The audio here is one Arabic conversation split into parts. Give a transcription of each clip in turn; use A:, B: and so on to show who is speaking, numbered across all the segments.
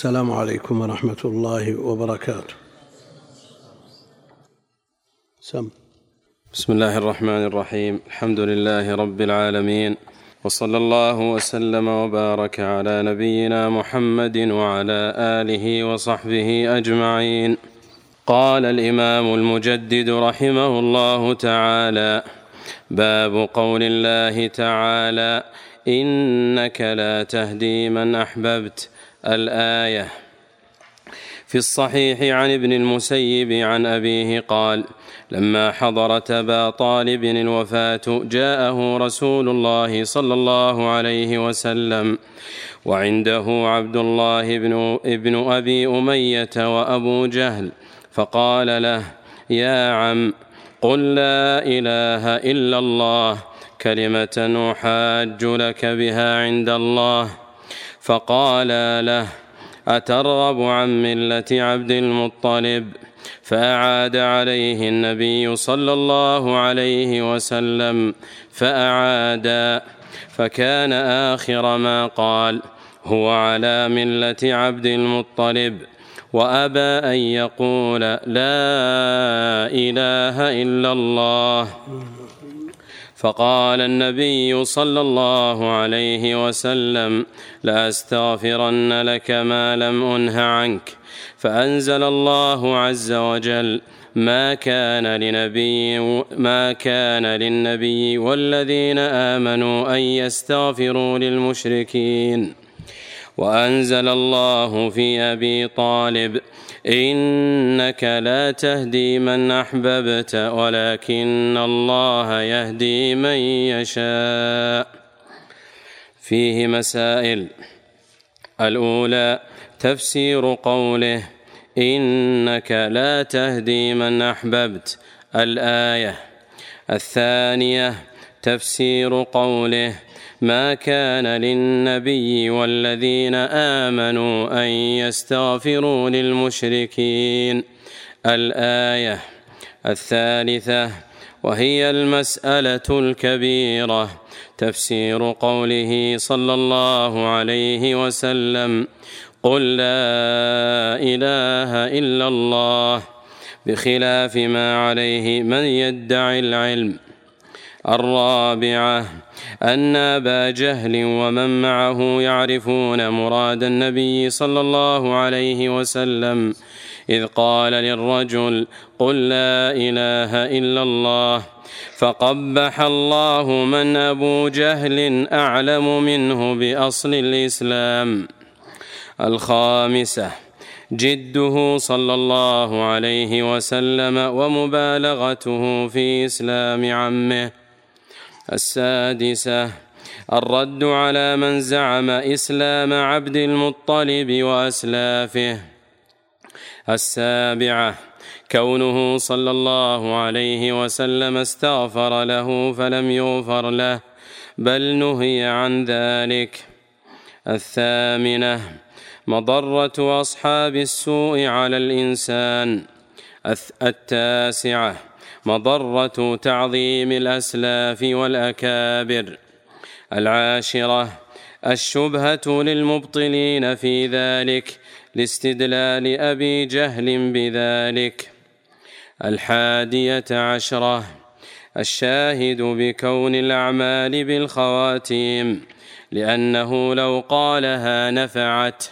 A: السلام عليكم ورحمة الله وبركاته.
B: بسم الله الرحمن الرحيم. الحمد لله رب العالمين، وصلى الله وسلم وبارك على نبينا محمد وعلى آله وصحبه أجمعين. قال الإمام المجدد رحمه الله تعالى: باب قول الله تعالى: إنك لا تهدي من أحببت، الآية. في الصحيح عن ابن المسيب عن أبيه قال: لما حضرت أبا طالب الوفاة جاءه رسول الله صلى الله عليه وسلم وعنده عبد الله ابن أبي أمية وأبو جهل، فقال له: يا عم، قل لا إله إلا الله، كلمة أحاج لك بها عند الله. فقال له: أترغب عن ملة عبد المطلب؟ فأعاد عليه النبي صلى الله عليه وسلم فأعاد، فكان آخر ما قال: هو على ملة عبد المطلب، وأبى أن يقول لا إله إلا الله. فقال النبي صلى الله عليه وسلم: لأستغفرن لك ما لم أنه عنك. فأنزل الله عز وجل: ما كان للنبي والذين آمنوا أن يستغفروا للمشركين. وأنزل الله في أبي طالب: إنك لا تهدي من أحببت ولكن الله يهدي من يشاء. فيه مسائل. الأولى: تفسير قوله إنك لا تهدي من أحببت، الآية. الثانية: تفسير قوله ما كان للنبي والذين آمنوا أن يستغفروا للمشركين، الآية. الثالثة وهي المسألة الكبيرة: تفسير قوله صلى الله عليه وسلم: قل لا إله إلا الله، بخلاف ما عليه من يدعي العلم. الرابعة: أن أبا جهل ومن معه يعرفون مراد النبي صلى الله عليه وسلم إذ قال للرجل: قل لا إله إلا الله، فقبح الله من أبو جهل أعلم منه بأصل الإسلام. الخامسة: جده صلى الله عليه وسلم ومبالغته في إسلام عمه. السادسة: الرد على من زعم إسلام عبد المطلب وأسلافه. السابعة: كونه صلى الله عليه وسلم استغفر له فلم يغفر له، بل نهي عن ذلك. الثامنة: مضرة أصحاب السوء على الإنسان. التاسعة: مضرة تعظيم الأسلاف والأكابر. العاشرة: الشبهة للمبطلين في ذلك لاستدلال أبي جهل بذلك. الحادية عشرة: الشاهد بكون الأعمال بالخواتيم، لأنه لو قالها نفعت.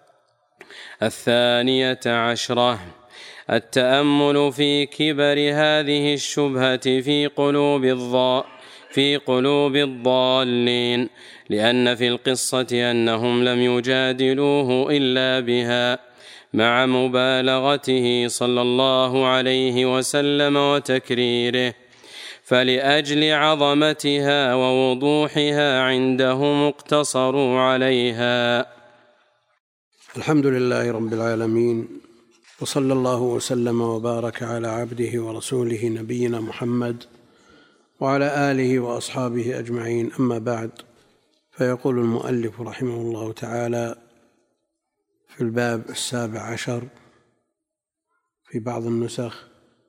B: الثانية عشرة: التأمل في كبر هذه الشبهة في قلوب الضالين، لأن في القصة أنهم لم يجادلوه إلا بها، مع مبالغته صلى الله عليه وسلم وتكريره، فلأجل عظمتها ووضوحها عندهم اقتصروا عليها.
A: الحمد لله رب العالمين، وصلى الله وسلم وبارك على عبده ورسوله نبينا محمد وعلى آله وأصحابه أجمعين. أما بعد، فيقول المؤلف رحمه الله تعالى في الباب 17 في بعض النسخ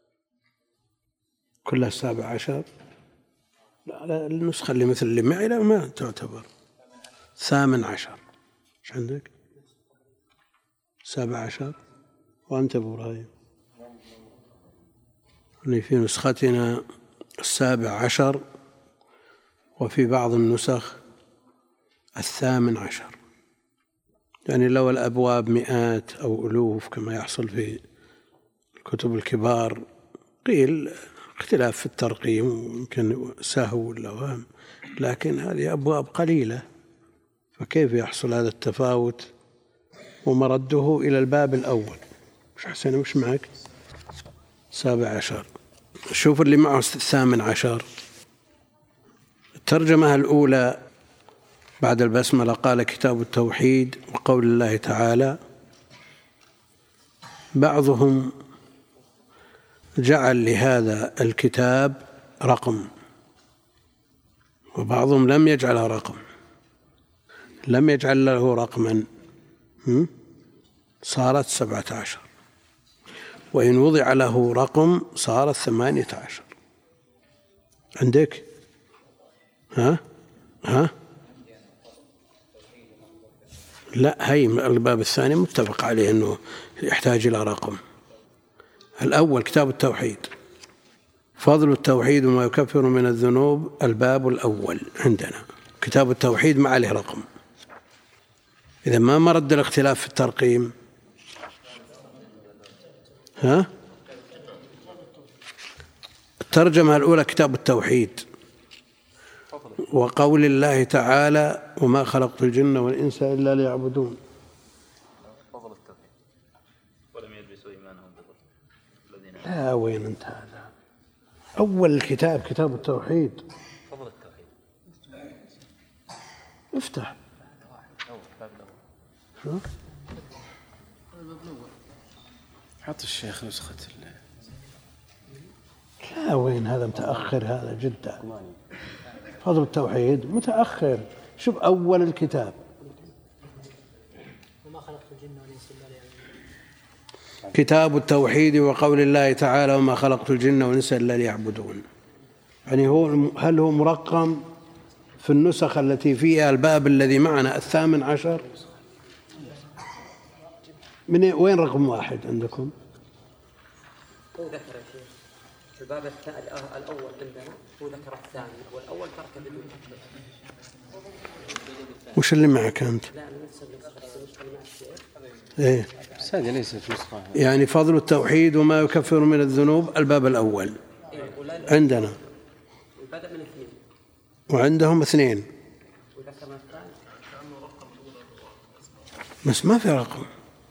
A: كلها 17، لا النسخة اللي مثل اللي معي لا ما تعتبر 18. ايش عندك؟ 17. وأنت أبو إبراهيم؟ اللي في نسختنا 17، وفي بعض النسخ 18. يعني لو الأبواب مئات أو ألوف كما يحصل في الكتب الكبار، قيل اختلاف في الترقيم ويمكن سهو ولا وهم، لكن هذه أبواب قليلة، فكيف يحصل هذا التفاوت؟ ومرده إلى الباب الأول. مش حسين مش معك 17؟ شوف اللي معه 18. الترجمة الأولى بعد البسملة قال كتاب التوحيد وقول الله تعالى. بعضهم جعل لهذا الكتاب رقم، وبعضهم لم يجعله رقم، لم يجعل له رقما، صارت 17، وإن وضع له رقم صارت 18. عندك؟ ها؟ لا، هي الباب الثاني متفق عليه أنه يحتاج إلى رقم. الأول كتاب التوحيد، فضل التوحيد وما يكفر من الذنوب، الباب الأول عندنا كتاب التوحيد ما عليه رقم. إذا ما مرد الاختلاف في الترقيم. ها؟ الترجمة الأولى كتاب التوحيد وقول الله تعالى وما خلقت الجن والإنس إلا ليعبدون.
C: فضل التوحيد ولم يلبسوا إيمانهم بظلم.
A: لا، وين انت هذا؟ أول الكتاب كتاب التوحيد.
C: فضل التوحيد.
A: افتح. شو؟
B: حط الشيخ نسخة
A: لا، وين هذا متأخر هذا جدا. فضل التوحيد متأخر. شوف أول الكتاب وما خلقت الجن والإنس إلا ليعبدون. كتاب التوحيد وقول الله تعالى وما خلقت الجن والإنس إلا ليعبدون. يعني هل هو مرقم في النسخ التي فيها الباب الذي معنا 18؟ من وين رقم 1 عندكم؟
D: هو ذكر يا شيخ الباب الأول عندنا، هو ذكر الثاني والأول ترك بدون.
A: وش اللي معك أنت؟
D: لا، أنا نفس النسخة اللي مع الشيخ.
A: إيه.
B: بس هذه ليست نسخة. يعني
A: فضل التوحيد وما يكفر من الذنوب الباب الأول عندنا،
D: وبدأ من 2
A: وعندهم 2،
D: وذكرنا الثاني
A: بس ما في رقم.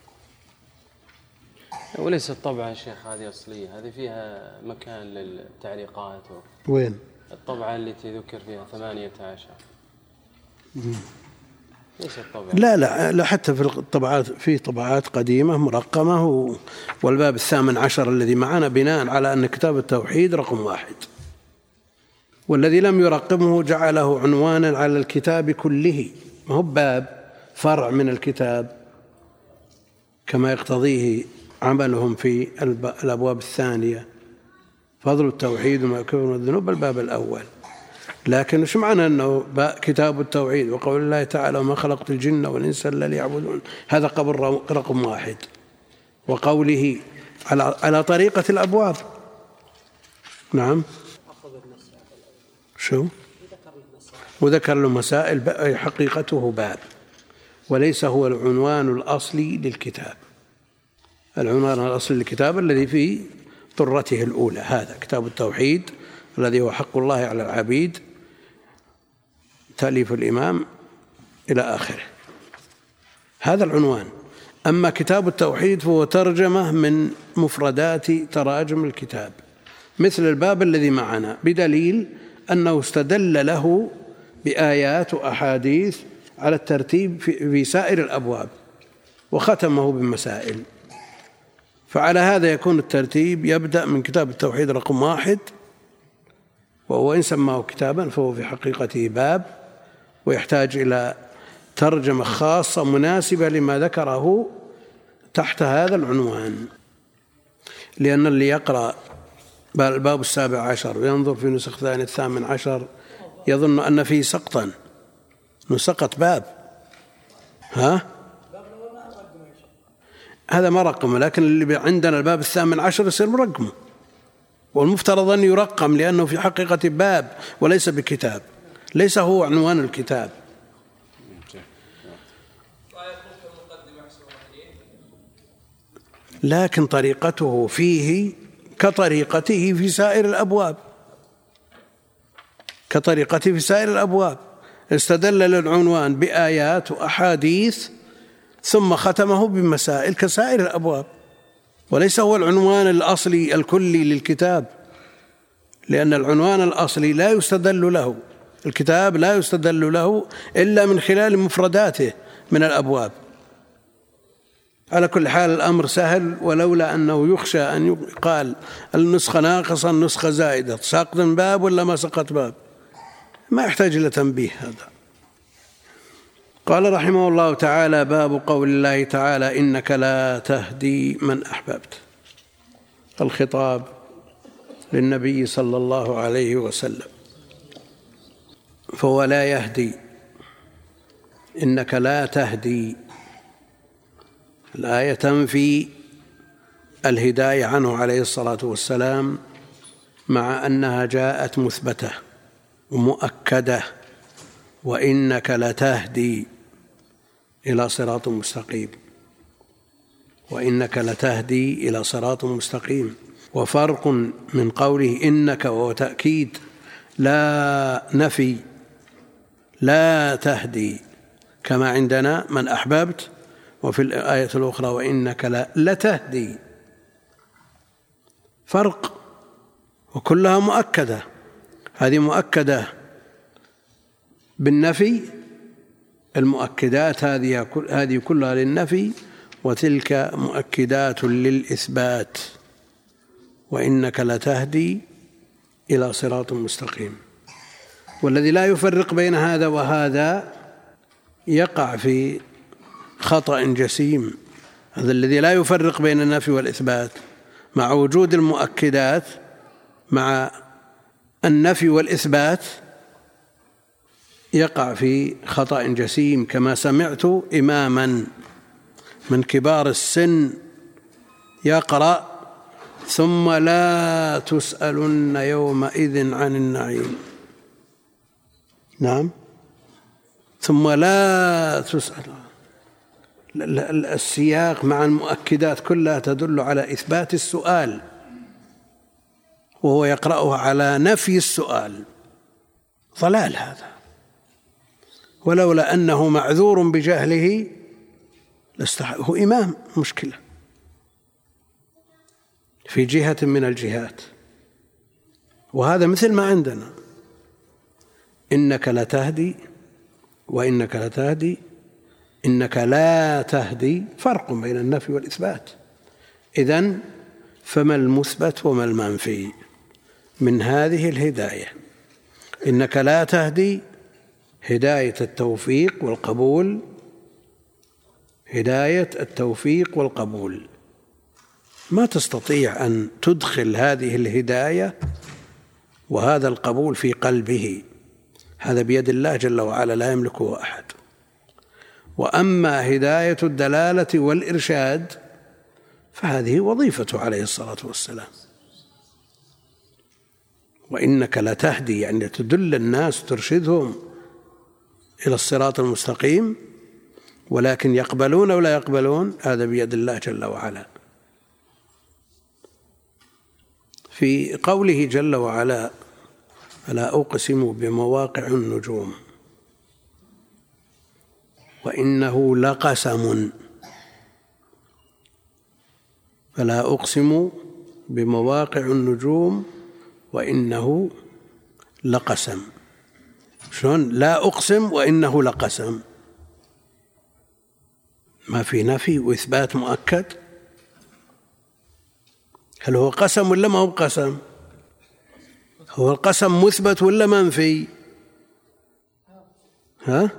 B: وليس الطبعة يا شيخ هذه أصلية، هذه فيها مكان للتعليقات.
A: وين
B: الطبعة التي ذكر فيها 18 ليس الطبعة.
A: لا، حتى في الطبعات، في طبعات قديمة مرقمة، والباب 18 الذي معنا بناء على أن كتاب التوحيد رقم 1، والذي لم يرقمه جعله عنوانا على الكتاب كله، ما هو باب فرع من الكتاب كما يقتضيه عملهم في الأبواب الثانية. فضل التوحيد وما يكفر من الذنوب الباب الأول. لكن وش معنى أنه كتاب التوحيد وقول الله تعالى وما خلقت الجن والإنس إلا ليعبدون؟ هذا قبل رقم 1، وقوله على طريقة الأبواب. نعم. شو؟ وذكر له مسائل حقيقته باب، وليس هو العنوان الأصلي للكتاب. العنوان الأصلي للكتاب الذي في طرته الأولى هذا كتاب التوحيد الذي هو حق الله على العبيد، تأليف الإمام إلى آخره، هذا العنوان. أما كتاب التوحيد فهو ترجمة من مفردات تراجم الكتاب، مثل الباب الذي معنا، بدليل أنه استدل له بآيات وأحاديث على الترتيب في سائر الأبواب، وختمه بمسائل. فعلى هذا يكون الترتيب يبدأ من كتاب التوحيد رقم 1، وهو إن سماه كتابا فهو في حقيقته باب، ويحتاج إلى ترجمة خاصة مناسبة لما ذكره تحت هذا العنوان. لأن اللي يقرأ الباب 17 وينظر في نسخ ثانية 18 يظن أن فيه سقطا، نسقط باب. ها؟ هذا ما رقمه، لكن اللي عندنا الباب 18 يصير مرقمه، والمفترض أن يرقم لأنه في حقيقة باب وليس بكتاب، ليس هو عنوان الكتاب. لكن طريقته فيه كطريقته في سائر الأبواب، كطريقته في سائر الأبواب، استدل للعنوان بآيات وأحاديث ثم ختمه بمسائل كسائر الأبواب، وليس هو العنوان الأصلي الكلي للكتاب، لأن العنوان الأصلي لا يستدل له، الكتاب لا يستدل له إلا من خلال مفرداته من الأبواب. على كل حال الأمر سهل، ولولا أنه يخشى أن يقال النسخة ناقصة النسخة زائدة، سقط باب ولا ما سقط باب، ما يحتاج إلى تنبيه هذا. قال رحمه الله تعالى: باب قول الله تعالى: إنك لا تهدي من أحببت. الخطاب للنبي صلى الله عليه وسلم، فهو لا يهدي، إنك لا تهدي. الآية تنفي الهداية عنه عليه الصلاة والسلام، مع أنها جاءت مثبتة ومؤكدة: وإنك لتهدي إلى صراط مستقيم، وإنك لتهدي إلى صراط مستقيم. وفرق من قوله إنك وهو تأكيد لا نفي، لا تهدي كما عندنا من أحببت، وفي الآية الأخرى وإنك لتهدي، فرق، وكلها مؤكدة. هذه مؤكدة بالنفي، المؤكدات هذه كلها للنفي، وتلك مؤكدات للإثبات: وإنك لتهدي إلى صراط مستقيم. والذي لا يفرق بين هذا وهذا يقع في خطأ جسيم. هذا الذي لا يفرق بين النفي والإثبات مع وجود المؤكدات مع النفي والإثبات يقع في خطأ جسيم، كما سمعت إماما من كبار السن يقرأ: ثم لا تسألن يومئذ عن النعيم. نعم، ثم لا تسألن. السياق مع المؤكدات كلها تدل على إثبات السؤال، وهو يقرأها على نفي السؤال. ضلال هذا، ولولا أنه معذور بجهله هو إمام، مشكلة في جهة من الجهات. وهذا مثل ما عندنا إنك لتهدي وإنك لتهدي، إنك لا تهدي، فرق بين النفي والإثبات. إذن فما المثبت وما المنفي من هذه الهداية؟ إنك لا تهدي هداية التوفيق والقبول، هداية التوفيق والقبول. ما تستطيع أن تدخل هذه الهداية وهذا القبول في قلبه، هذا بيد الله جل وعلا، لا يملكه أحد. وأما هداية الدلالة والإرشاد فهذه وظيفته عليه الصلاة والسلام. وإنك لتهدي يعني تدل الناس، ترشدهم إلى الصراط المستقيم، ولكن يقبلون ولا يقبلون هذا بيد الله جل وعلا. في قوله جل وعلا: فلا أقسم بمواقع النجوم وإنه لقسم، فلا أقسم بمواقع النجوم وإنه لقسم. شلون لا أقسم وإنه لقسم؟ ما في نفي وإثبات مؤكد. هل هو قسم ولا ما هو قسم؟ هو القسم مثبت ولا منفي؟ ها؟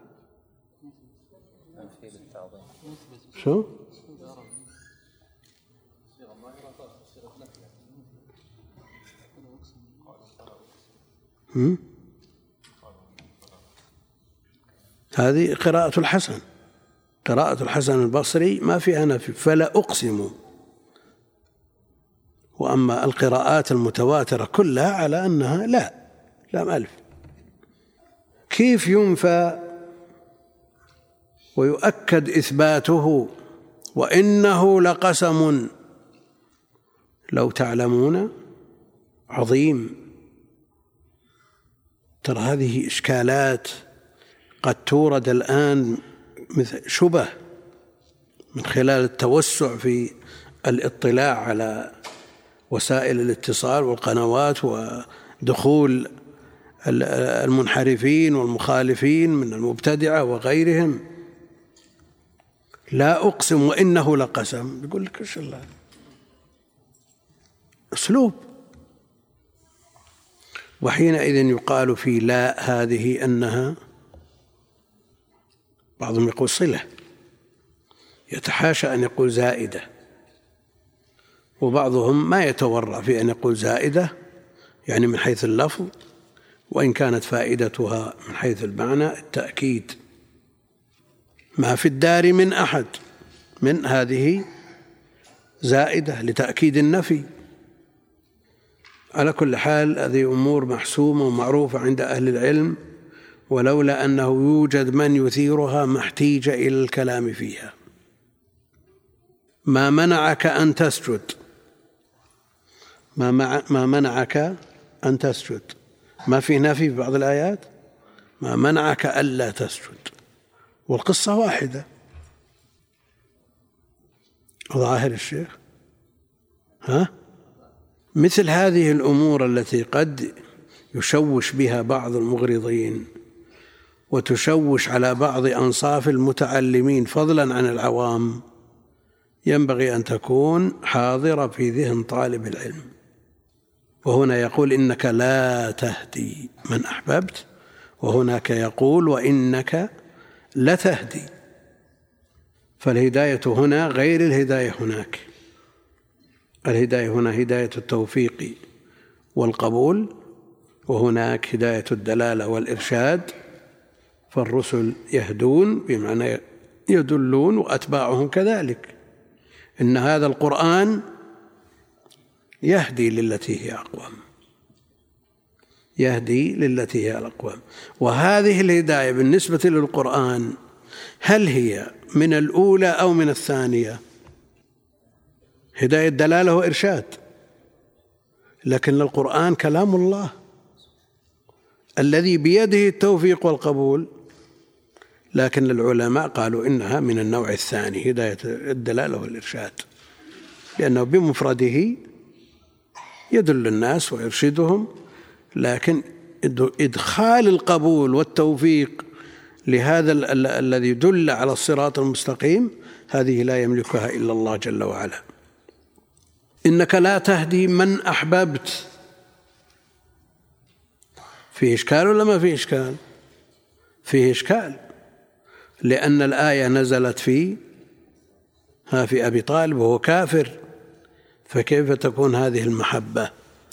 A: شو؟ هذه قراءة الحسن، قراءة الحسن البصري ما فيها نفي، فلا أقسم. وأما القراءات المتواترة كلها على أنها لا ألف. كيف ينفى ويؤكد إثباته؟ وإنه لقسم لو تعلمون عظيم. ترى هذه إشكالات قد تورد الآن مثل شبه من خلال التوسع في الاطلاع على وسائل الاتصال والقنوات ودخول المنحرفين والمخالفين من المبتدعة وغيرهم. لا أقسم وإنه لقسم، يقول لك إيش الله أسلوب. وحينئذ يقال في لا هذه أنها، بعضهم يقول صلة، يتحاشى أن يقول زائدة، وبعضهم ما يتورع في أن يقول زائدة يعني من حيث اللفظ، وإن كانت فائدتها من حيث المعنى التأكيد. ما في الدار من أحد، من هذه زائدة لتأكيد النفي. على كل حال هذه أمور محسومة ومعروفة عند أهل العلم، ولولا أنه يوجد من يثيرها ما احتيج إلى الكلام فيها. ما منعك أن تسجد، ما منعك أن تسجد، ما في نفي في بعض الآيات، ما منعك ألا تسجد، والقصة واحدة. ظاهر الشيخ مثل هذه الأمور التي قد يشوش بها بعض المغرضين وتشوش على بعض أنصاف المتعلمين فضلا عن العوام، ينبغي أن تكون حاضرة في ذهن طالب العلم. وهنا يقول إنك لا تهدي من أحببت، وهناك يقول وإنك لتهدي. فالهداية هنا غير الهداية هناك. الهداية هنا هداية التوفيق والقبول، وهناك هداية الدلالة والإرشاد. فالرسل يهدون بمعنى يدلون، وأتباعهم كذلك. إن هذا القرآن يهدي للتي هي أقوم، يهدي للتي هي الأقوم. وهذه الهداية بالنسبة للقرآن هل هي من الأولى أو من الثانية؟ هداية دلالة وإرشاد، لكن القرآن كلام الله الذي بيده التوفيق والقبول. لكن العلماء قالوا إنها من النوع الثاني، هداية الدلالة والإرشاد، لأنه بمفرده يدل الناس ويرشدهم، لكن إدخال القبول والتوفيق لهذا الذي يدل على الصراط المستقيم هذه لا يملكها إلا الله جل وعلا. إنك لا تهدي من أحببت. فيه إشكال ولا ما فيه إشكال؟ فيه إشكال، لأن الآية نزلت في أبي طالب وهو كافر، فكيف تكون هذه المحبة؟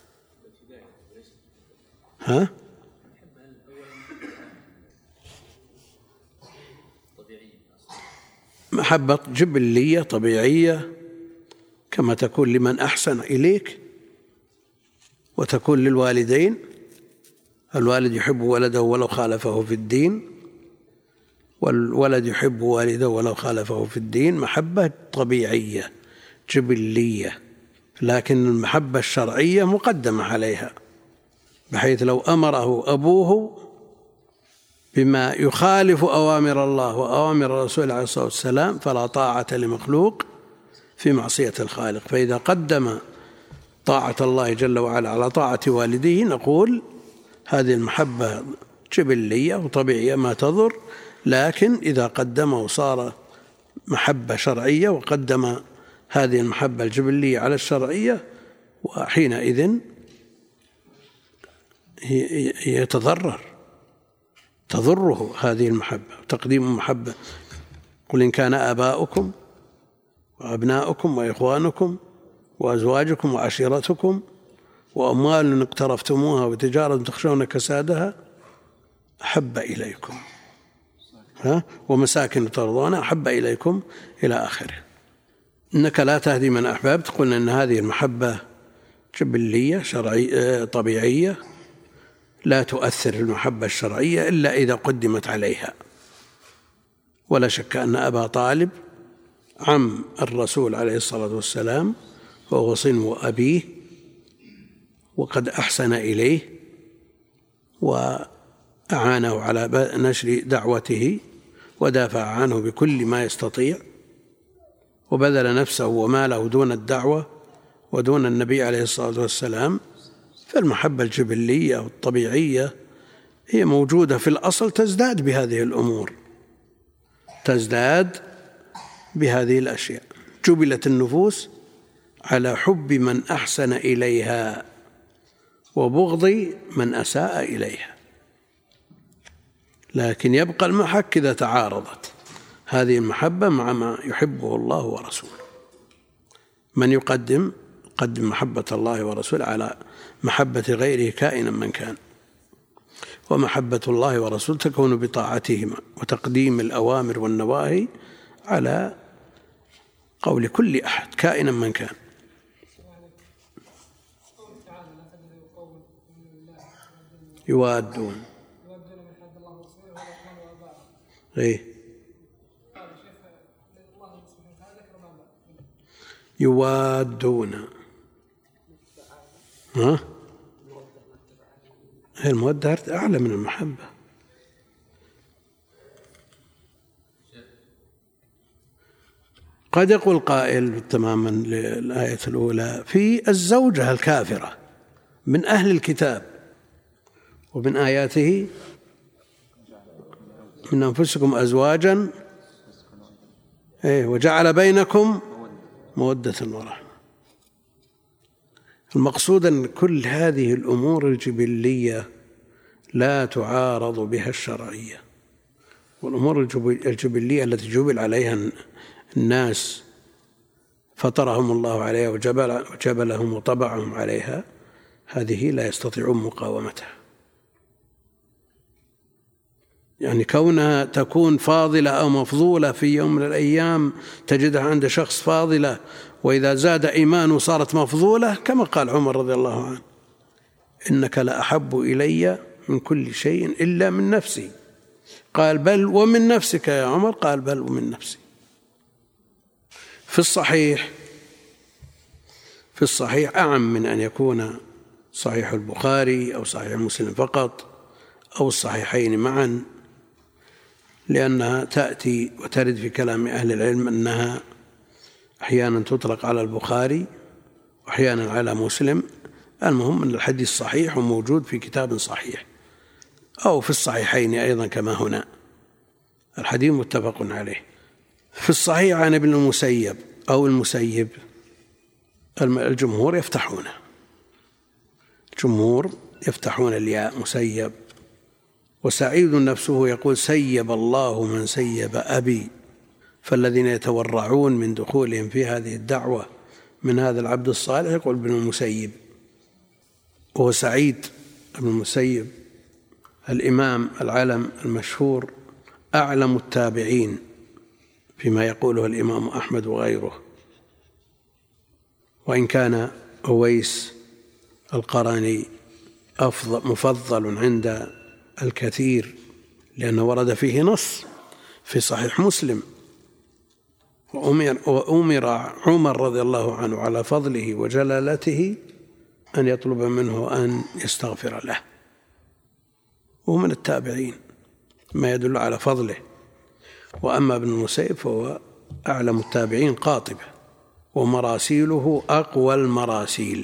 A: محبة جبلية طبيعية كما تكون لمن أحسن إليك، وتكون للوالدين. الوالد يحب ولده ولو خالفه في الدين، والولد يحب والده ولو خالفه في الدين. محبة طبيعية جبلية، لكن المحبة الشرعية مقدمة عليها، بحيث لو أمره أبوه بما يخالف أوامر الله وأوامر الرسول عليه الصلاة والسلام فلا طاعة لمخلوق في معصية الخالق. فإذا قدم طاعة الله جل وعلا على طاعة والديه نقول هذه المحبة جبلية وطبيعية ما تضر، لكن إذا قدمه صار محبة شرعية وقدم هذه المحبة الجبلية على الشرعية، وحينئذ تضره هذه المحبة. تقديم المحبة، قل إن كان آباؤكم وأبناؤكم وإخوانكم وأزواجكم وعشيرتكم وأموال اقترفتموها وتجارة تخشون كسادها أحب إليكم ومساكن ترضون أحب إليكم إلى آخره. إنك لا تهدي من أحببت، قلنا أن هذه المحبة جبلية شرعية طبيعية، لا تؤثر المحبة الشرعية إلا إذا قدمت عليها. ولا شك أن أبا طالب عم الرسول عليه الصلاة والسلام وهو صنو أبيه، وقد أحسن إليه وأعانه على نشر دعوته ودافع عنه بكل ما يستطيع، وبذل نفسه وماله دون الدعوة ودون النبي عليه الصلاة والسلام. فالمحبة الجبلية والطبيعية هي موجودة في الأصل، تزداد بهذه الأمور، تزداد بهذه الأشياء. جبلت النفوس على حب من أحسن إليها وبغض من أساء إليها، لكن يبقى المحك إذا تعارضت هذه المحبة مع ما يحبه الله ورسوله. من يقدم محبة الله ورسوله على محبة غيره كائنا من كان، ومحبة الله ورسوله تكون بطاعتهما وتقديم الأوامر والنواهي على قول كل أحد كائنا من كان. يوادون يوادون المودة أعلى من المحبة. قد يقول قائل تماما للآية الأولى في الزوجة الكافرة من أهل الكتاب، ومن آياته من أنفسكم أزواجا وجعل بينكم مودة ورحمة. المقصود أن كل هذه الأمور الجبلية لا تعارض بها الشرعية، والأمور الجبلية التي جبل عليها الناس فطرهم الله عليها وجبلهم وطبعهم عليها، هذه لا يستطيعون مقاومتها. يعني كونها تكون فاضلة أو مفضولة في يوم من الأيام تجدها عند شخص فاضلة، وإذا زاد إيمانه صارت مفضولة، كما قال عمر رضي الله عنه: إنك لأحب إلي من كل شيء إلا من نفسي. قال: بل ومن نفسك يا عمر؟ قال: بل ومن نفسي. في الصحيح أعم من أن يكون صحيح البخاري أو صحيح مسلم فقط أو الصحيحين معا، لأنها تأتي وترد في كلام أهل العلم أنها أحيانا تطلق على البخاري وأحيانا على مسلم. المهم أن الحديث صحيح وموجود في كتاب صحيح أو في الصحيحين أيضا كما هنا، الحديث متفق عليه. في الصحيح عن ابن المسيب أو المسيب، الجمهور يفتحون الياء مسيب. وسعيد نفسه يقول: سيب الله من سيب أبي. فالذين يتورعون من دخولهم في هذه الدعوة من هذا العبد الصالح يقول ابن المسيب. وهو سعيد ابن المسيب الإمام العلم المشهور، أعلم التابعين فيما يقوله الإمام أحمد وغيره، وإن كان أويس القرني مفضل عند الكثير لأنه ورد فيه نص في صحيح مسلم. وأمر عمر رضي الله عنه على فضله وجلالته أن يطلب منه أن يستغفر له، وهو من التابعين، ما يدل على فضله. وأما ابن المسيب فهو أعلم التابعين قاطبة، ومراسيله أقوى المراسيل،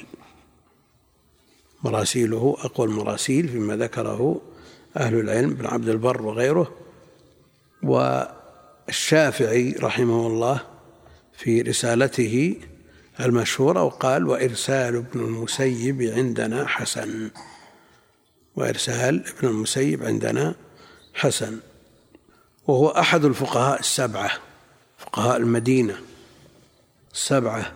A: فيما ذكره أهل العلم بن عبد البر وغيره. والشافعي رحمه الله في رسالته المشهورة وقال: وإرسال ابن المسيب عندنا حسن. وإرسال ابن المسيب عندنا حسن. وهو أحد الفقهاء السبعة، فقهاء المدينة السبعة،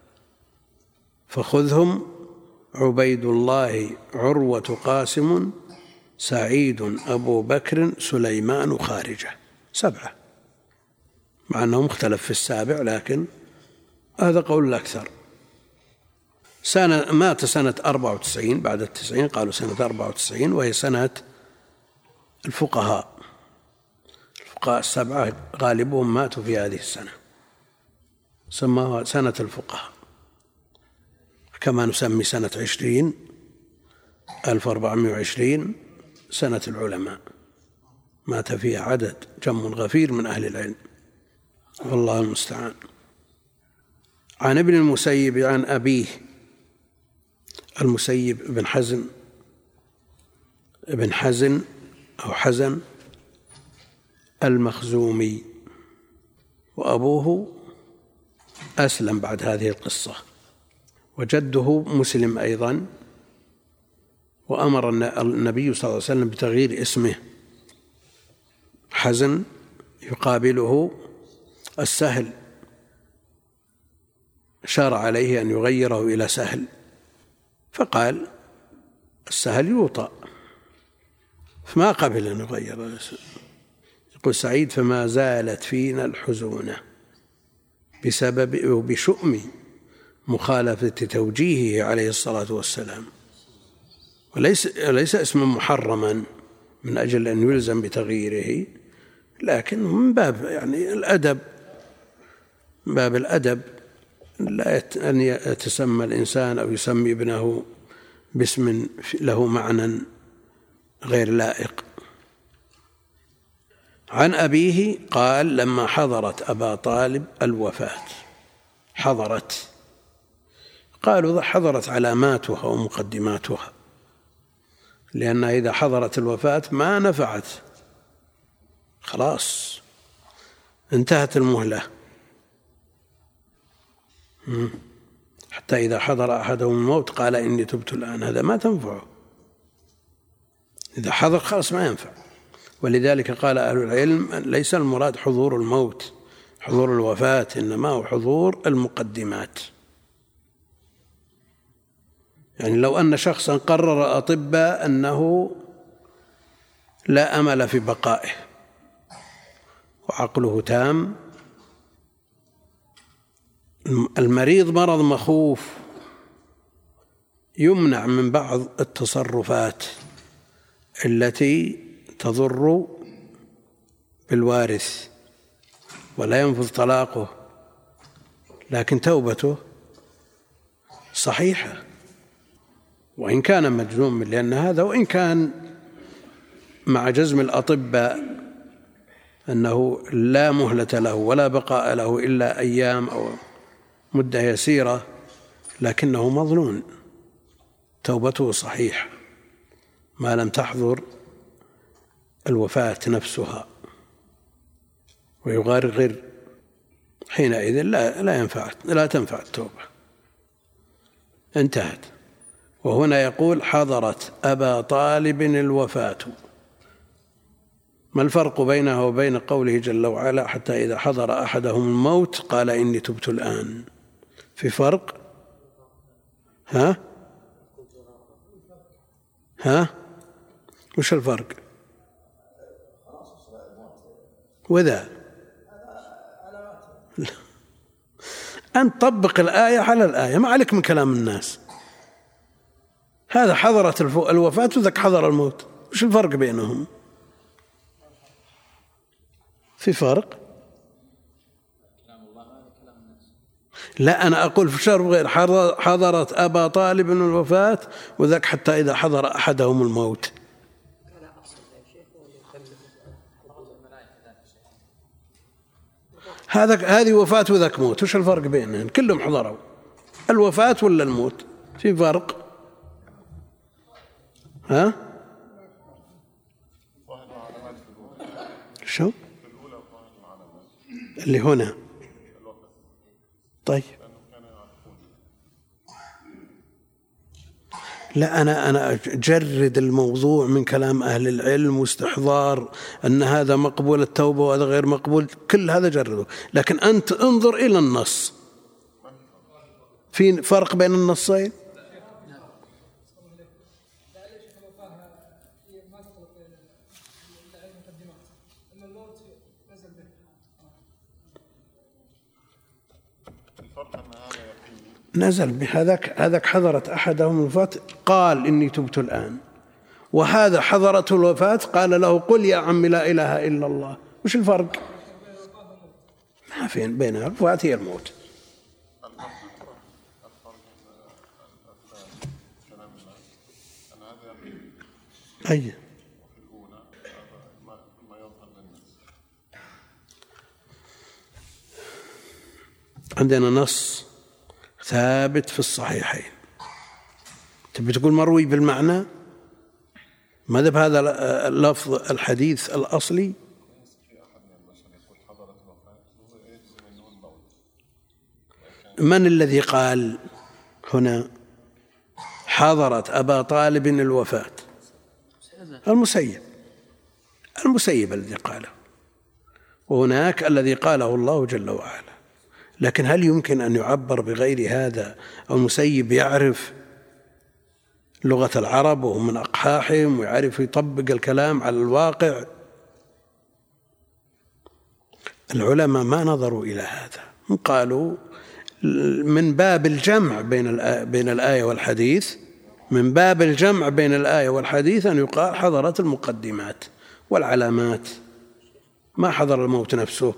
A: فخذهم: عبيد الله، عروة، قاسم، سعيد، أبو بكر، سليمان، خارجة. 7 مع أنه مختلف في السابع، لكن هذا قول الأكثر. مات سنة 94 بعد 90، قالوا سنة 94، وهي سنة الفقهاء 7 غالبهم ماتوا في هذه السنة، سموها سنة الفقهاء، كما نسمي سنة 1420 سنة العلماء، مات فيها عدد جم غفير من أهل العلم، والله المستعان. عن ابن المسيب عن أبيه المسيب بن حزن أو حزن المخزومي، وأبوه أسلم بعد هذه القصة، وجده مسلم أيضا، وأمر النبي صلى الله عليه وسلم بتغيير اسمه حزن يقابله السهل، شار عليه أن يغيره إلى سهل، فقال السهل يوطأ، فما قبل أن يغير. يقول سعيد فما زالت فينا الحزونة بسبب وبشؤم مخالفة توجيهه عليه الصلاة والسلام، وليس اسما محرما من أجل أن يلزم بتغييره، لكن من باب يعني الأدب، من باب الأدب لا أن يتسمى الإنسان أو يسمي ابنه باسم له معنى غير لائق. عن أبيه قال لما حضرت أبا طالب الوفاة، قالوا حضرت علاماتها ومقدماتها، لأنها إذا حضرت الوفاة ما نفعت، خلاص انتهت المهلة، حتى إذا حضر أحدهم الموت قال إني تبت الآن، هذا ما تنفعه، إذا حضر خلاص ما ينفع. ولذلك قال أهل العلم ليس المراد حضور الموت، حضور الوفاة، إنما هو حضور المقدمات. يعني لو أن شخصا قرر أطباء أنه لا أمل في بقائه وعقله تام، المريض مرض مخوف يمنع من بعض التصرفات التي تضر بالوارث ولا ينفذ طلاقه، لكن توبته صحيحة وإن كان مجنون، لأن هذا وإن كان مع جزم الأطباء أنه لا مهلة له ولا بقاء له إلا أيام أو مدة يسيرة، لكنه مظنون، توبته صحيحة ما لم تحضر الوفاة نفسها ويغرغر، حينئذ لا تنفع التوبة، انتهت. وهنا يقول حضرت أبا طالب الوفاة، ما الفرق بينها وبين قوله جل وعلا حتى إذا حضر أحدهم الموت قال إني تبت الآن؟ في فرق؟ وش الفرق؟ وذا أن تطبق الآية على الآية، ما عليك من كلام الناس. هذا حضرت الوفاة وذاك حضر الموت، وش الفرق بينهم؟ في فرق؟ لا، أنا أقول في شرط غير، حضرت أبا طالب الوفاة وذاك حتى إذا حضر أحدهم الموت. هذه وفاة وذاك موت، وش الفرق بينهم؟ كلهم حضروا الوفاة ولا الموت؟ في فرق؟ شو اللي هنا؟ طيب لا، أنا أجرد الموضوع من كلام أهل العلم واستحضار أن هذا مقبول التوبة وهذا غير مقبول، كل هذا جرده، لكن أنت انظر إلى النص، في فرق بين النصين؟ نزل بهذاك حضرت أحدهم الوفاة قال إني تبت الآن، وهذا حضرته الوفاة قال له قل يا عم لا إله إلا الله. وش الفرق؟ ما في بينها، الوفاة هي الموت. أي عندنا نص ثابت في الصحيحين، تبي تقول مروي بالمعنى؟ ماذا بهذا اللفظ الحديث الأصلي؟ من الذي قال هنا حضرت أبا طالب الوفاة؟ المسيب الذي قاله، وهناك الذي قاله الله جل وعلا. لكن هل يمكن أن يعبر بغير هذا؟ المسيب يعرف لغة العرب وهم من أقحاحهم ويعرف يطبق الكلام على الواقع. العلماء ما نظروا إلى هذا، قالوا من باب الجمع بين الآية والحديث، من باب الجمع بين الآية والحديث أن يقال حضرت المقدمات والعلامات، ما حضر الموت نفسه.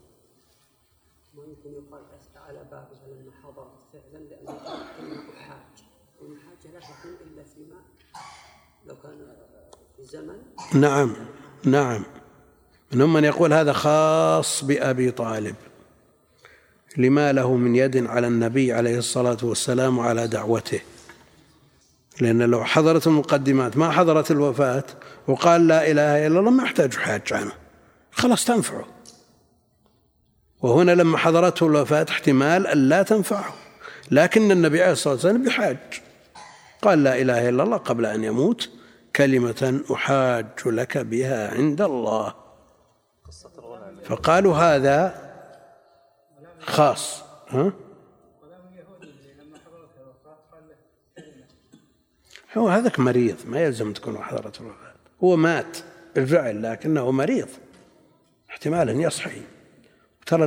D: ممكن يقال على بابها لما حضرت فعلا لأنه كلمة أحاج، والحاجة لا تكون إلا فيما لو كان في زمن.
A: نعم منهم من يقول هذا خاص بأبي طالب لما له من يد على النبي عليه الصلاة والسلام وعلى دعوته، لأن لو حضرت المقدمات ما حضرت الوفاة وقال لا إله إلا الله ما يحتاج حاج عنه، خلاص تنفعه. وهنا لما حضرته الوفاة احتمال أن لا تنفعه، لكن النبي عليه الصلاة والسلام بحاج قال لا إله إلا الله قبل أن يموت كلمة أحاج لك بها عند الله، فقالوا هذا خاص. هو هذاك مريض، ما يلزم تكون حضرت الوفاة، هو مات بالفعل لكنه مريض، احتمال أن يصحي. ترى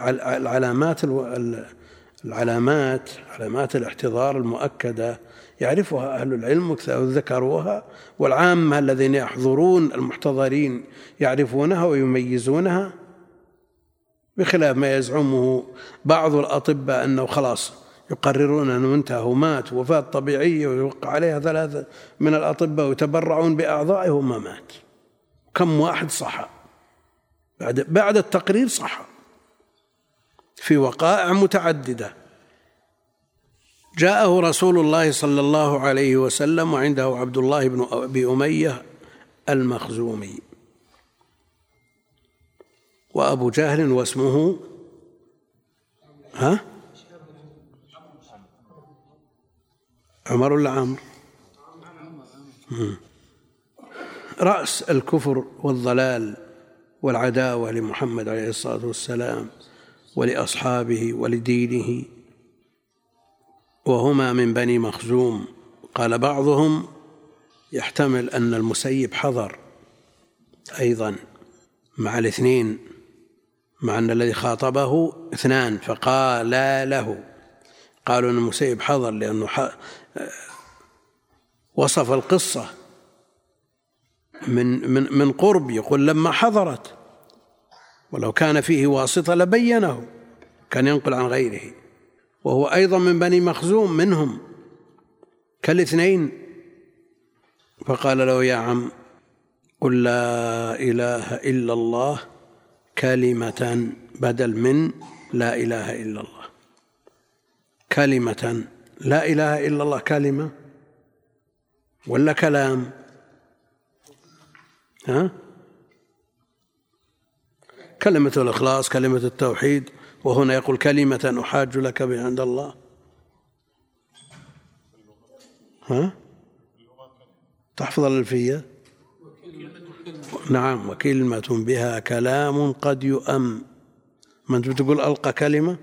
A: علامات الاحتضار المؤكدة يعرفها أهل العلم وذكروها، والعامة الذين يحضرون المحتضرين يعرفونها ويميزونها، بخلاف ما يزعمه بعض الأطباء أنه خلاص يقررون أنه انتهى ومات وفاة طبيعية ويوقع عليها 3 من الأطباء ويتبرعون بأعضائه وما مات. كم واحد صح بعد التقرير صح في وقائع متعددة. جاءه رسول الله صلى الله عليه وسلم وعنده عبد الله بن أبي أمية المخزومي وأبو جهل واسمه عمر ولا عمرو؟ رأس الكفر والضلال والعداوة لمحمد عليه الصلاة والسلام ولأصحابه ولدينه، وهما من بني مخزوم. قال بعضهم يحتمل أن المسيب حضر أيضا مع الاثنين، مع أن الذي خاطبه 2 فقال له، قالوا أن المسيب حضر لأنه وصف القصة من قرب، يقول لما حضرت، ولو كان فيه واسطة لبينه، كان ينقل عن غيره، وهو أيضا من بني مخزوم منهم كالاثنين. فقال له يا عم قل لا إله إلا الله كلمة بدل من لا إله إلا الله، كلمة. لا إله إلا الله كلمة ولا كلام؟ كلمة الإخلاص، كلمة التوحيد، وهنا يقول كلمة أحاج لك بها عند الله. تحفظ الألفية؟ نعم. وكلمة بها كلام قد يؤم. ما أنت بتقول ألقى كلمة؟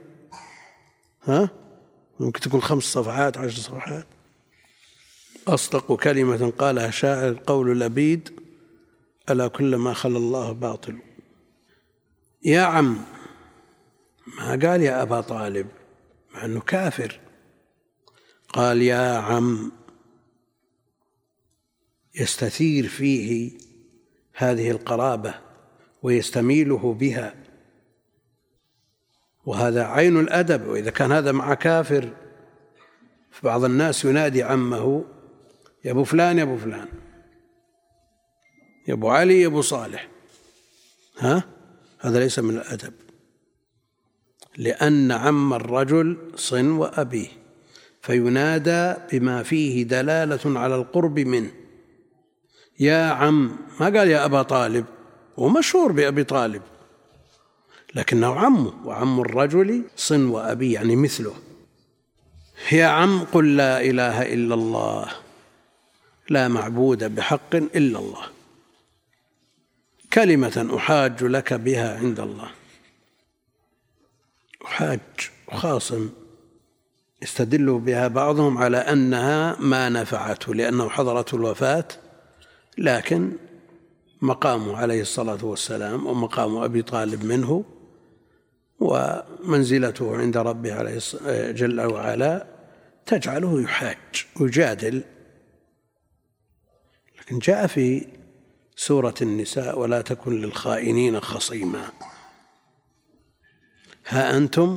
A: ممكن تقول 5 صفحات 10 صفحات. أصدق كلمة قالها شاعر قول لبيد ألا كل ما خلى الله باطل. يا عم، ما قال يا أبا طالب، مع أنه كافر. قال يا عم، يستثير فيه هذه القرابة ويستميله بها، وهذا عين الأدب. وإذا كان هذا مع كافر، فبعض الناس ينادي عمه يا أبو فلان، يا أبو فلان، يا أبو علي، يا أبو صالح. هذا ليس من الأدب، لأن عم الرجل صن وأبيه، فينادى بما فيه دلالة على القرب منه. يا عم، ما قال يا أبا طالب، ومشهور بأبي طالب، لكنه عمه، وعم الرجل صن وأبي يعني مثله. يا عم قل لا إله إلا الله، لا معبود بحق إلا الله، كلمة أحاج لك بها عند الله. أحاج وخاصم، يستدل بها بعضهم على أنها ما نفعته لأنه حضرته الوفاة، لكن مقامه عليه الصلاة والسلام ومقام أبي طالب منه ومنزلته عند ربه عليه جل وعلا تجعله يحاج ويجادل. لكن جاء في سورة النساء ولا تكن للخائنين خصيما. ها أنتم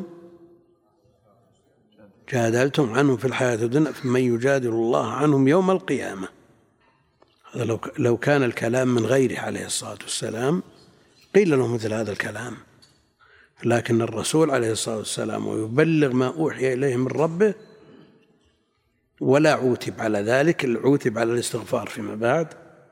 A: جادلتم عنهم في الحياة الدنيا فمن يجادل الله عنهم يوم القيامة. هذا لو كان الكلام من غيره عليه الصلاة والسلام قيل له مثل هذا الكلام، لكن الرسول عليه الصلاة والسلام ويبلغ ما أوحي إليه من ربه، ولا عوتب على ذلك، عوتب على الاستغفار فيما بعد،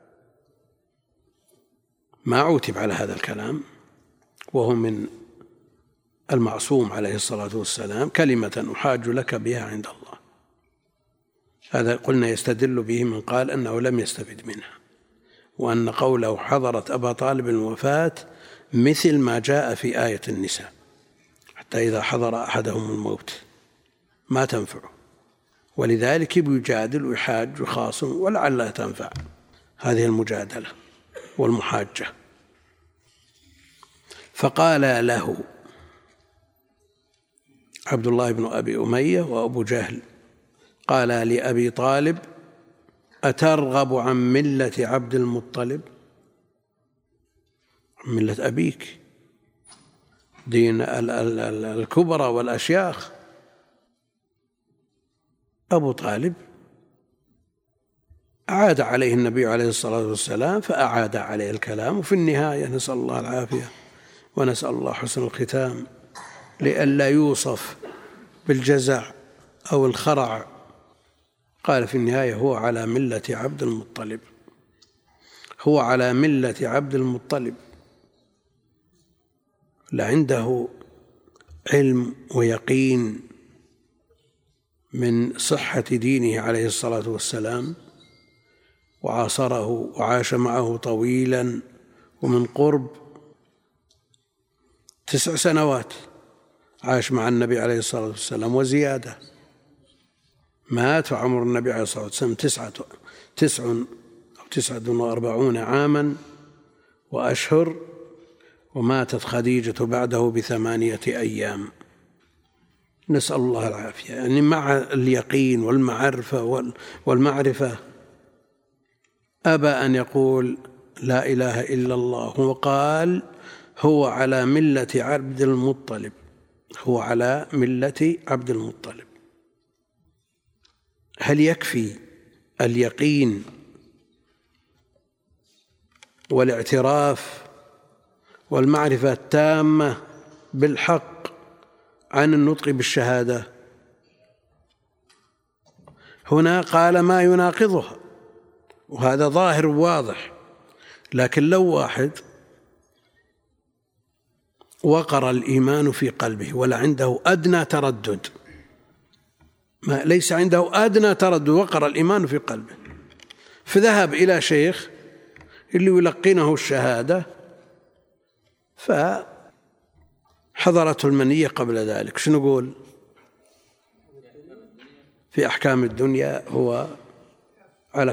A: ما عوتب على هذا الكلام، وهو من المعصوم عليه الصلاة والسلام. كلمة أحاج لك بها عند الله، هذا قلنا يستدل به من قال أنه لم يستفد منها، وأن قوله حضرت أبا طالب الوفاة مثل ما جاء في آية النساء، حتى إذا حضر أحدهم الموت ما تنفعه، ولذلك يجادل ويحاج وخاصم، ولعلها تنفع هذه المجادلة والمحاجة. فقال له عبد الله بن أبي أمية وأبو جهل، قال لأبي طالب أترغب عن ملة عبد المطلب؟ ملة أبيك، دين الكبرى والأشياخ. أبو طالب أعاد عليه النبي عليه الصلاة والسلام فأعاد عليه الكلام، وفي النهاية نسأل الله العافية ونسأل الله حسن الختام لئلا يوصف بالجزع أو الخرع. قال في النهاية هو على ملة عبد المطلب، هو على ملة عبد المطلب، لعنده علم ويقين من صحة دينه عليه الصلاة والسلام، وعاصره وعاش معه طويلا ومن قرب 9 سنوات عاش مع النبي عليه الصلاة والسلام وزيادة. مات وعمر النبي عليه الصلاة والسلام 49 عاما وأشهر، وماتت خديجة بعده ب8 أيام. نسأل الله العافية. يعني مع اليقين والمعرفة أبى أن يقول لا إله إلا الله، وقال هو على ملة عبد المطلب، هو على ملة عبد المطلب. هل يكفي اليقين والاعتراف والمعرفة التامة بالحق عن النطق بالشهادة؟ هنا قال ما يناقضها، وهذا ظاهر واضح. لكن لو واحد وقر الإيمان في قلبه ولا عنده أدنى تردد، ما ليس عنده أدنى تردد، وقر الإيمان في قلبه، فذهب إلى شيخ اللي يلقنه الشهادة فحضرته المنية قبل ذلك، شنو نقول في أحكام الدنيا؟ هو على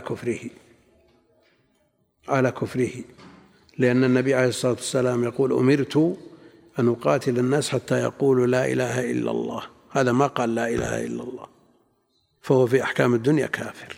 A: كفره، لأن النبي عليه الصلاة والسلام يقول أمرت أن أقاتل الناس حتى يقولوا لا إله إلا الله. هذا ما قال لا إله إلا الله، فهو في أحكام الدنيا كافر،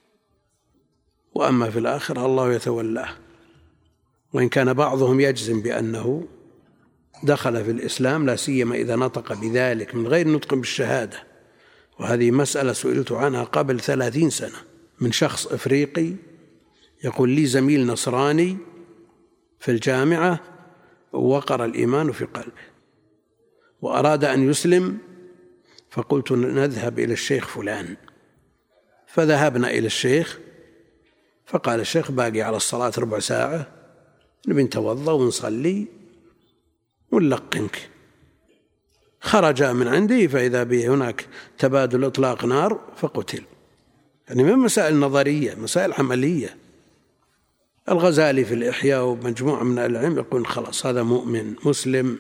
A: وأما في الآخرة الله يتولاه. وإن كان بعضهم يجزم بأنه دخل في الإسلام، لا سيما إذا نطق بذلك من غير نطق بالشهادة، وهذه مسألة سئلت عنها قبل 30 سنة من شخص إفريقي يقول لي زميل نصراني في الجامعة وقر الإيمان في قلبه وأراد أن يسلم، فقلت نذهب إلى الشيخ فلان، فذهبنا إلى الشيخ، فقال الشيخ باقي على الصلاة ربع ساعة، نبي نتوضأ ونصلي ونلقنك. خرج من عندي فإذا به هناك تبادل إطلاق نار فقتل. يعني من مسائل نظرية، مسائل عملية. الغزالي في الإحياء ومجموعة من العلم يقول خلاص هذا مؤمن مسلم،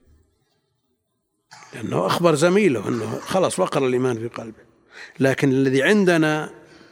A: لأنه أخبر زميله أنه خلاص وقر الإيمان في قلبه. لكن الذي عندنا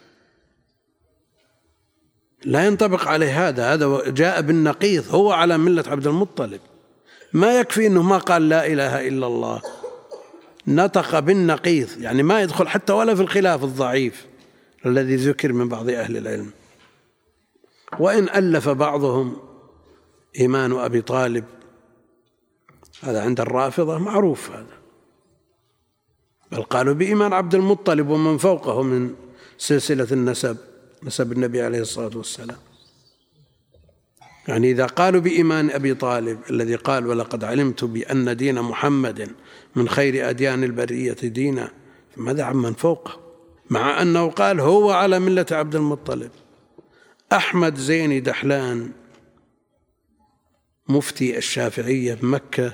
A: لا ينطبق عليه هذا جاء بالنقيض، هو على ملة عبد المطلب. ما يكفي أنه ما قال لا إله إلا الله، نطق بالنقيض، يعني ما يدخل حتى ولا في الخلاف الضعيف الذي ذكر من بعض أهل العلم. وإن ألف بعضهم إيمان أبي طالب، هذا عند الرافضة معروف هذا، بل قالوا بإيمان عبد المطلب ومن فوقه من سلسلة النسب، نسب النبي عليه الصلاة والسلام. يعني إذا قالوا بإيمان أبي طالب الذي قال ولقد علمت بأن دين محمد من خير أديان البرية دينا، فماذا عمن فوقه؟ مع أنه قال هو على ملة عبد المطلب. أحمد زيني دحلان مفتي الشافعية بمكة،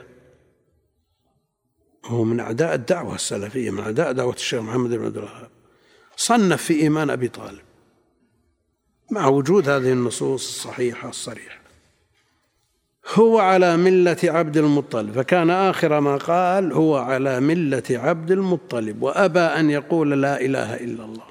A: هو من أعداء الدعوة السلفية، من أعداء دعوة الشيخ محمد بن عبد الوهاب، صنف في إيمان أبي طالب مع وجود هذه النصوص الصحيحة الصريحة. هو على ملة عبد المطلب، فكان آخر ما قال هو على ملة عبد المطلب، وأبى أن يقول لا إله إلا الله.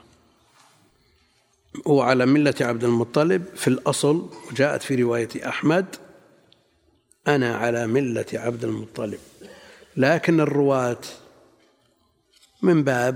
A: هو على ملة عبد المطلب في الأصل، وجاءت في رواية أحمد أنا على ملة عبد المطلب، لكن الرواة من باب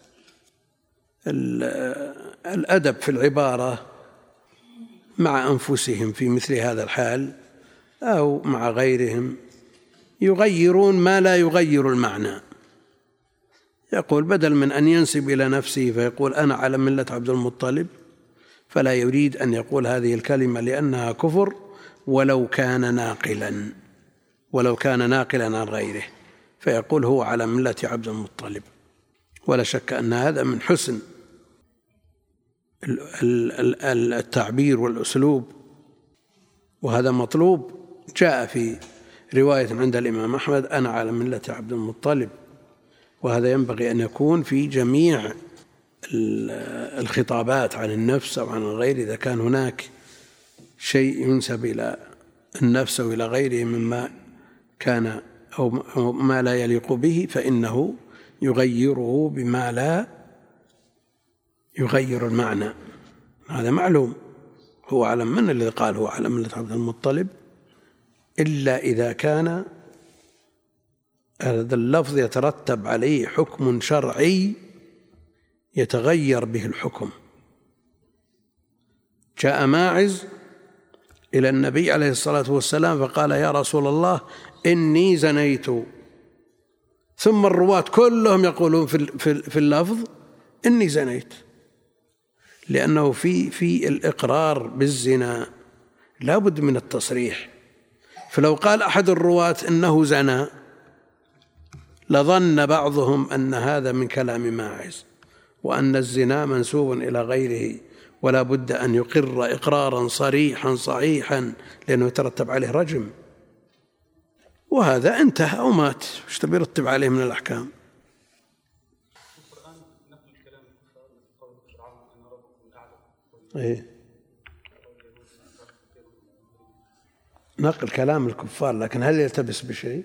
A: الأدب في العبارة مع أنفسهم في مثل هذا الحال أو مع غيرهم يغيرون ما لا يغير المعنى. يقول بدل من أن ينسب إلى نفسه فيقول أنا على ملة عبد المطلب، فلا يريد أن يقول هذه الكلمة لأنها كفر ولو كان ناقلا عن غيره، فيقول هو على ملة عبد المطلب. ولا شك أن هذا من حسن التعبير والأسلوب، وهذا مطلوب. جاء في رواية عند الإمام أحمد أنا على ملة عبد المطلب، وهذا ينبغي أن يكون في جميع الخطابات عن النفس أو عن الغير. إذا كان هناك شيء ينسب إلى النفس أو إلى غيره مما كان أو ما لا يليق به فإنه يغيره بما لا يغير المعنى، هذا معلوم. هو على من الذي قال هو على ملة عبد المطلب؟ إلا إذا كان هذا اللفظ يترتب عليه حكم شرعي يتغير به الحكم. جاء ماعز إلى النبي عليه الصلاة والسلام فقال يا رسول الله إني زنيت، ثم الرواة كلهم يقولون في اللفظ إني زنيت، لأنه في الإقرار بالزنا لا بد من التصريح. فلو قال أحد الرواة إنه زنى لظن بعضهم أن هذا من كلام ماعز، وأن الزنا منسوب إلى غيره، ولا بد أن يقر إقرارا صريحا صحيحا لأنه يترتب عليه رجم، وهذا انتهى ومات، ايش تبي يرتب عليه من الأحكام؟ إيه؟ نقل كلام الكفار، لكن هل يلتبس بشيء؟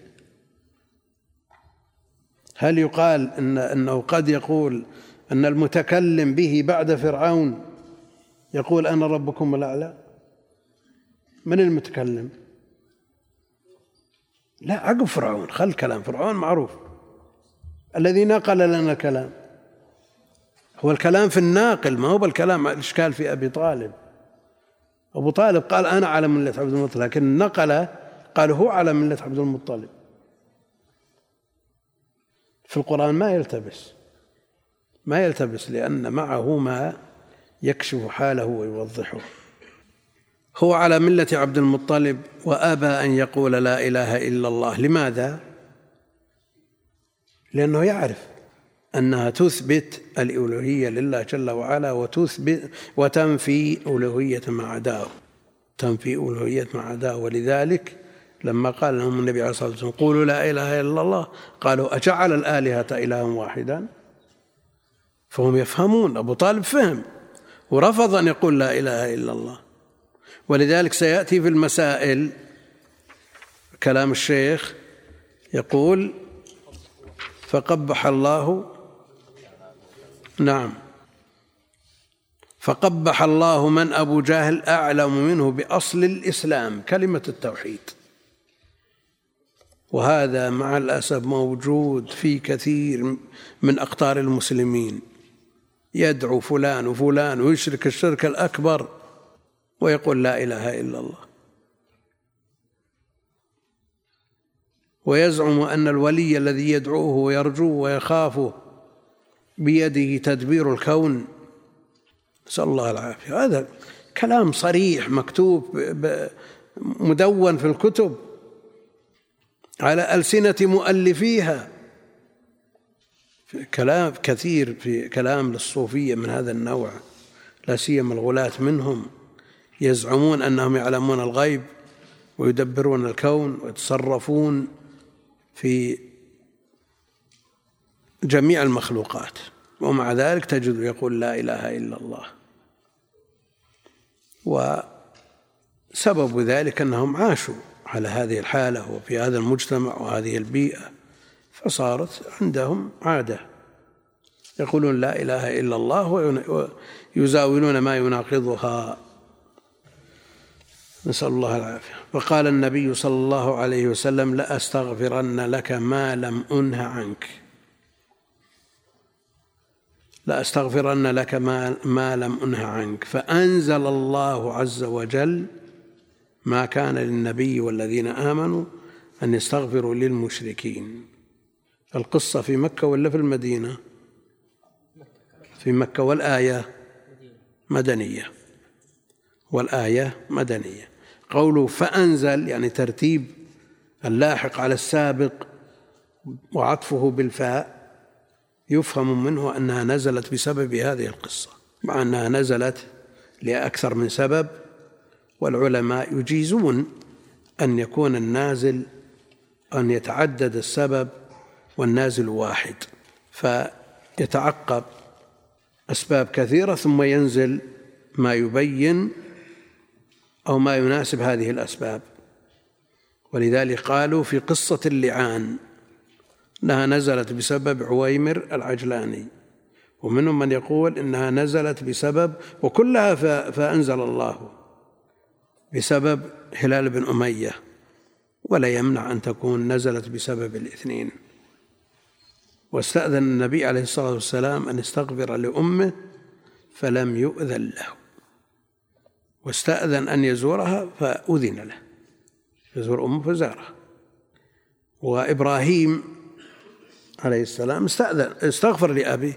A: هل يقال أنه قد يقول أن المتكلم به بعد فرعون يقول أنا ربكم الأعلى؟ من المتكلم؟ لا، عقب فرعون، خل كلام فرعون معروف، الذي نقل لنا الكلام. هو الكلام في الناقل، ما هو بالكلام الإشكال في أبي طالب. أبو طالب قال أنا على ملة عبد المطلب، لكن نقل قال هو على ملة عبد المطلب. في القرآن ما يلتبس لأن معه ما يكشف حاله ويوضحه. هو على ملة عبد المطلب وأبى أن يقول لا إله إلا الله. لماذا؟ لأنه يعرف أنها تثبت الألوهية لله جل وعلا وتنفي ألوهية ما عداه، تنفي ألوهية ما عداه. ولذلك لما قال لهم النبي عليه الصلاة والسلام قولوا لا إله إلا الله، قالوا أجعل الآلهة إلها واحدا؟ فهم يفهمون. أبو طالب فهم ورفض أن يقول لا إله إلا الله. ولذلك سيأتي في المسائل كلام الشيخ يقول فقبح الله، نعم، فقبح الله من أبو جهل أعلم منه بأصل الإسلام كلمة التوحيد. وهذا مع الأسف موجود في كثير من أقطار المسلمين، يدعو فلان وفلان ويشرك الشرك الأكبر ويقول لا إله إلا الله، ويزعم أن الولي الذي يدعوه ويرجوه ويخافه بيده تدبير الكون، نسأل الله العافية. هذا كلام صريح مكتوب مدون في الكتب على ألسنة مؤلفيها. كلام كثير في كلام للصوفية من هذا النوع، لا سيما الغلاة منهم، يزعمون أنهم يعلمون الغيب ويدبرون الكون ويتصرفون في جميع المخلوقات، ومع ذلك تجد يقول لا إله إلا الله. وسبب ذلك أنهم عاشوا على هذه الحالة وفي هذا المجتمع وهذه البيئة، فصارت عندهم عادة يقولون لا إله إلا الله ويزاولون ما يناقضها، نسأل الله العافية. وقال النبي صلى الله عليه وسلم لأستغفرن لك ما لم أنه عنك، لأستغفرن لك ما لم أنه عنك. فأنزل الله عز وجل ما كان للنبي والذين آمنوا أن يستغفروا للمشركين. القصة في مكة ولا في المدينة؟ في مكة، والآية مدنية، والآية مدنية. قوله فأنزل يعني ترتيب اللاحق على السابق وعطفه بالفاء، يفهم منه أنها نزلت بسبب هذه القصة، مع أنها نزلت لأكثر من سبب، والعلماء يجيزون أن يكون النازل أن يتعدد السبب والنازل واحد، فيتعقب أسباب كثيرة ثم ينزل ما يبين أو ما يناسب هذه الأسباب. ولذلك قالوا في قصة اللعان أنها نزلت بسبب عويمر العجلاني، ومنهم من يقول إنها نزلت بسبب، وكلها فأنزل الله بسبب هلال بن أمية، ولا يمنع أن تكون نزلت بسبب الاثنين. واستأذن النبي عليه الصلاة والسلام أن يستغفر لأمه فلم يؤذن له، واستأذن أن يزورها فأذن له، يزور أمه فزارها. وإبراهيم عليه السلام استغفر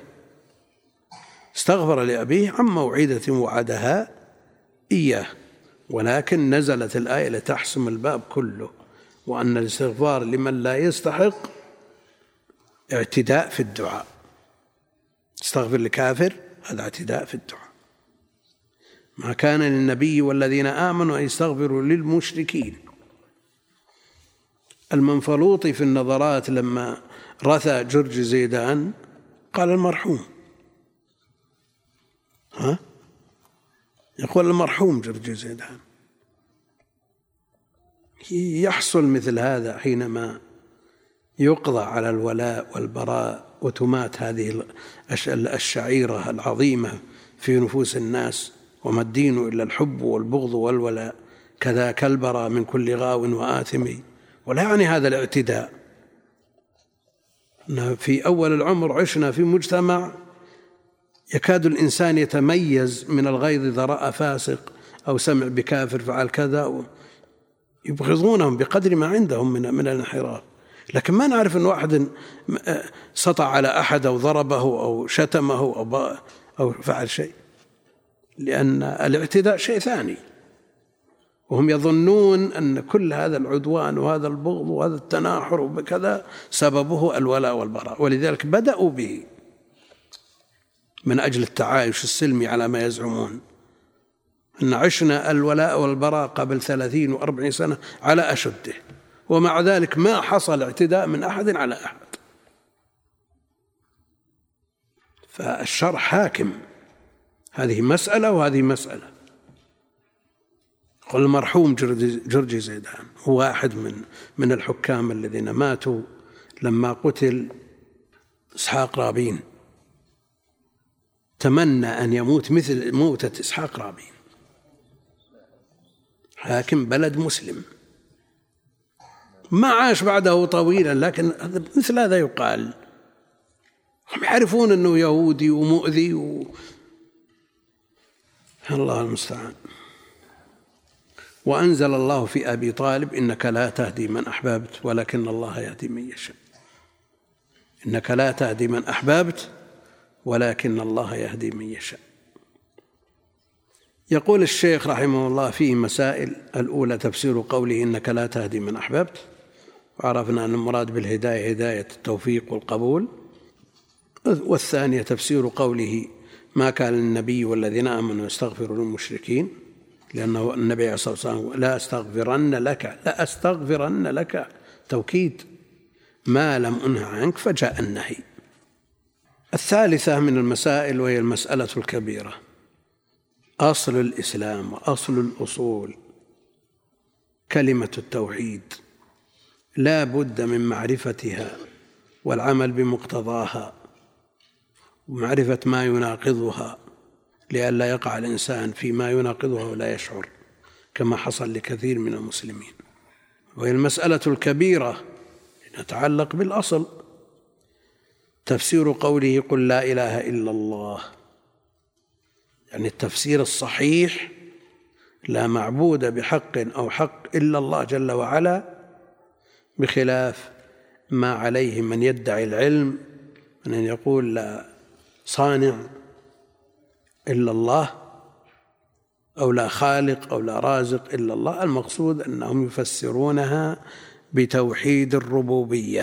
A: لأبيه عن موعدة وعدها إياه، ولكن نزلت الآية لتحسم الباب كله، وأن الاستغفار لمن لا يستحق اعتداء في الدعاء. استغفر لكافر هذا اعتداء في الدعاء. ما كان للنبي والذين آمنوا أن يستغفروا للمشركين. المنفلوطي في النظرات لما رثى جرج زيدان قال المرحوم، يقول المرحوم جرج زيدان. يحصل مثل هذا حينما يقضى على الولاء والبراء وتمات هذه الشعيرة العظيمة في نفوس الناس، وما الدين إلا الحب والبغض والولاء، كذاك البراء من كل غاو وآثم. ولا يعني هذا الاعتداء، في أول العمر عشنا في مجتمع يكاد الإنسان يتميز من الغيظ إذا رأى فاسق أو سمع بكافر فعل كذا، يبغضونهم بقدر ما عندهم من الانحراف. لكن ما نعرف أن واحد سطع على أحد أو ضربه أو شتمه أو فعل شيء، لأن الاعتداء شيء ثاني، وهم يظنون أن كل هذا العدوان وهذا البغض وهذا التناحر وكذا سببه الولاء والبراء، ولذلك بدأوا به من أجل التعايش السلمي على ما يزعمون. أن عشنا الولاء والبراء قبل 30 و40 سنة على أشده، ومع ذلك ما حصل اعتداء من أحد على أحد. فالشرع حاكم، هذه مسألة وهذه مسألة. قال المرحوم جرجي زيدان هو واحد من الحكام الذين ماتوا لما قتل إسحاق رابين، تمنى أن يموت مثل موتة إسحاق رابين، حاكم بلد مسلم ما عاش بعده طويلا، لكن مثل هذا يقال. هم يعرفون أنه يهودي ومؤذي الله المستعان. وأنزل الله في أبي طالب: إنك لا تهدي من أحببت ولكن الله يهدي من يشاء. إنك لا تهدي من أحببت ولكن الله يهدي من يشاء. يقول الشيخ رحمه الله فيه مسائل: الأولى تفسير قوله إنك لا تهدي من أحببت، وعرفنا أن المراد بالهداية هداية التوفيق والقبول. والثانية تفسير قوله: ما كان للنبي والذين آمنوا يستغفروا للمشركين، لأنه النبي عليه الصلاة والسلام: لا أستغفرن لك توكيد، ما لم أنه عنك فجاء النهي. الثالثة من المسائل وهي المسألة الكبيرة، أصل الإسلام وأصل الأصول، كلمة التوحيد لا بد من معرفتها والعمل بمقتضاها ومعرفة ما يناقضها، لئلا يقع الإنسان فيما يناقضها ولا يشعر، كما حصل لكثير من المسلمين. وهي المسألة الكبيرة تتعلق بالأصل. تفسير قوله: قل لا إله إلا الله، يعني التفسير الصحيح: لا معبود بحق أو حق إلا الله جل وعلا، بخلاف ما عليه من يدعي العلم من أن يقول لا صانع إلا الله، أو لا خالق أو لا رازق إلا الله. المقصود أنهم يفسرونها بتوحيد الربوبية.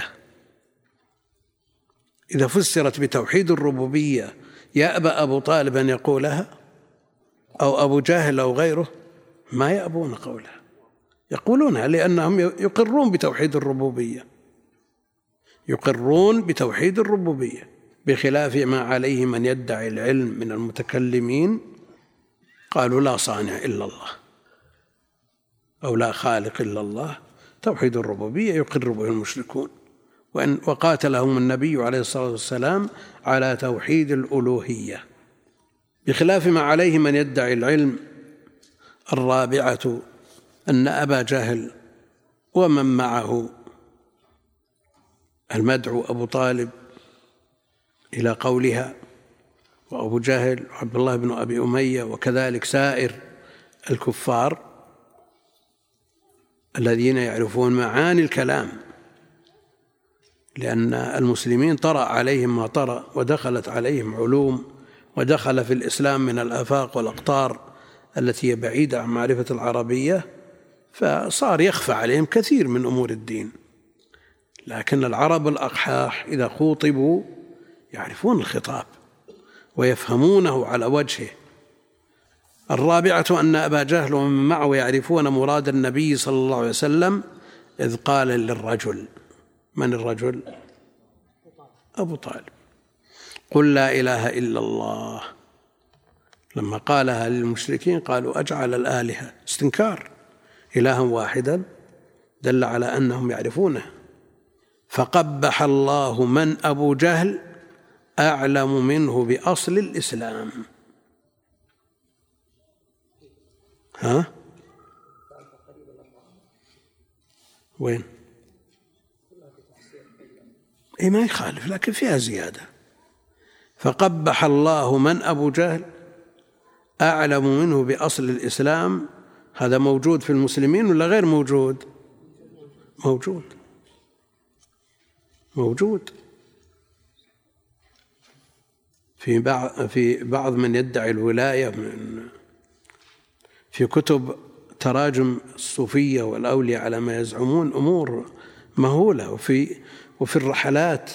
A: إذا فسرت بتوحيد الربوبية يأبى أبو طالب أن يقولها، أو أبو جاهل أو غيره ما يأبون قولها، يقولونها لأنهم يقرون بتوحيد الربوبية، يقرون بتوحيد الربوبية، بخلاف ما عليه من يدعي العلم من المتكلمين، قالوا لا صانع إلا الله أو لا خالق إلا الله. توحيد الربوبية يقر به المشركون، وقاتلهم النبي عليه الصلاة والسلام على توحيد الألوهية، بخلاف ما عليه من يدعي العلم. الرابعة أن أبا جهل ومن معه المدعو أبو طالب إلى قولها، وأبو جهل وعبد الله بن أبي أمية وكذلك سائر الكفار الذين يعرفون معاني الكلام، لأن المسلمين طرأ عليهم ما طرأ، ودخلت عليهم علوم، ودخل في الإسلام من الآفاق والأقطار التي هي بعيدة عن معرفة العربية، فصار يخفى عليهم كثير من أمور الدين. لكن العرب الأقحاح إذا خوطبوا يعرفون الخطاب ويفهمونه على وجهه. الرابعة أن أبا جهل ومن معه يعرفون مراد النبي صلى الله عليه وسلم إذ قال للرجل، من الرجل؟ أبو طالب: قل لا إله إلا الله. لما قالها للمشركين قالوا: أجعل الآلهة، استنكار، إلها واحدا، دل على أنهم يعرفونه. فقبح الله من أبو جهل أعلم منه بأصل الإسلام. ها؟ وين؟ إيه ما يخالف، لكن فيها زيادة. فقبح الله من أبو جهل أعلم منه بأصل الإسلام. هذا موجود في المسلمين ولا غير موجود؟ موجود في بعض من يدعي الولاية في كتب تراجم الصوفية والأولياء على ما يزعمون أمور مهولة. وفي الرحلات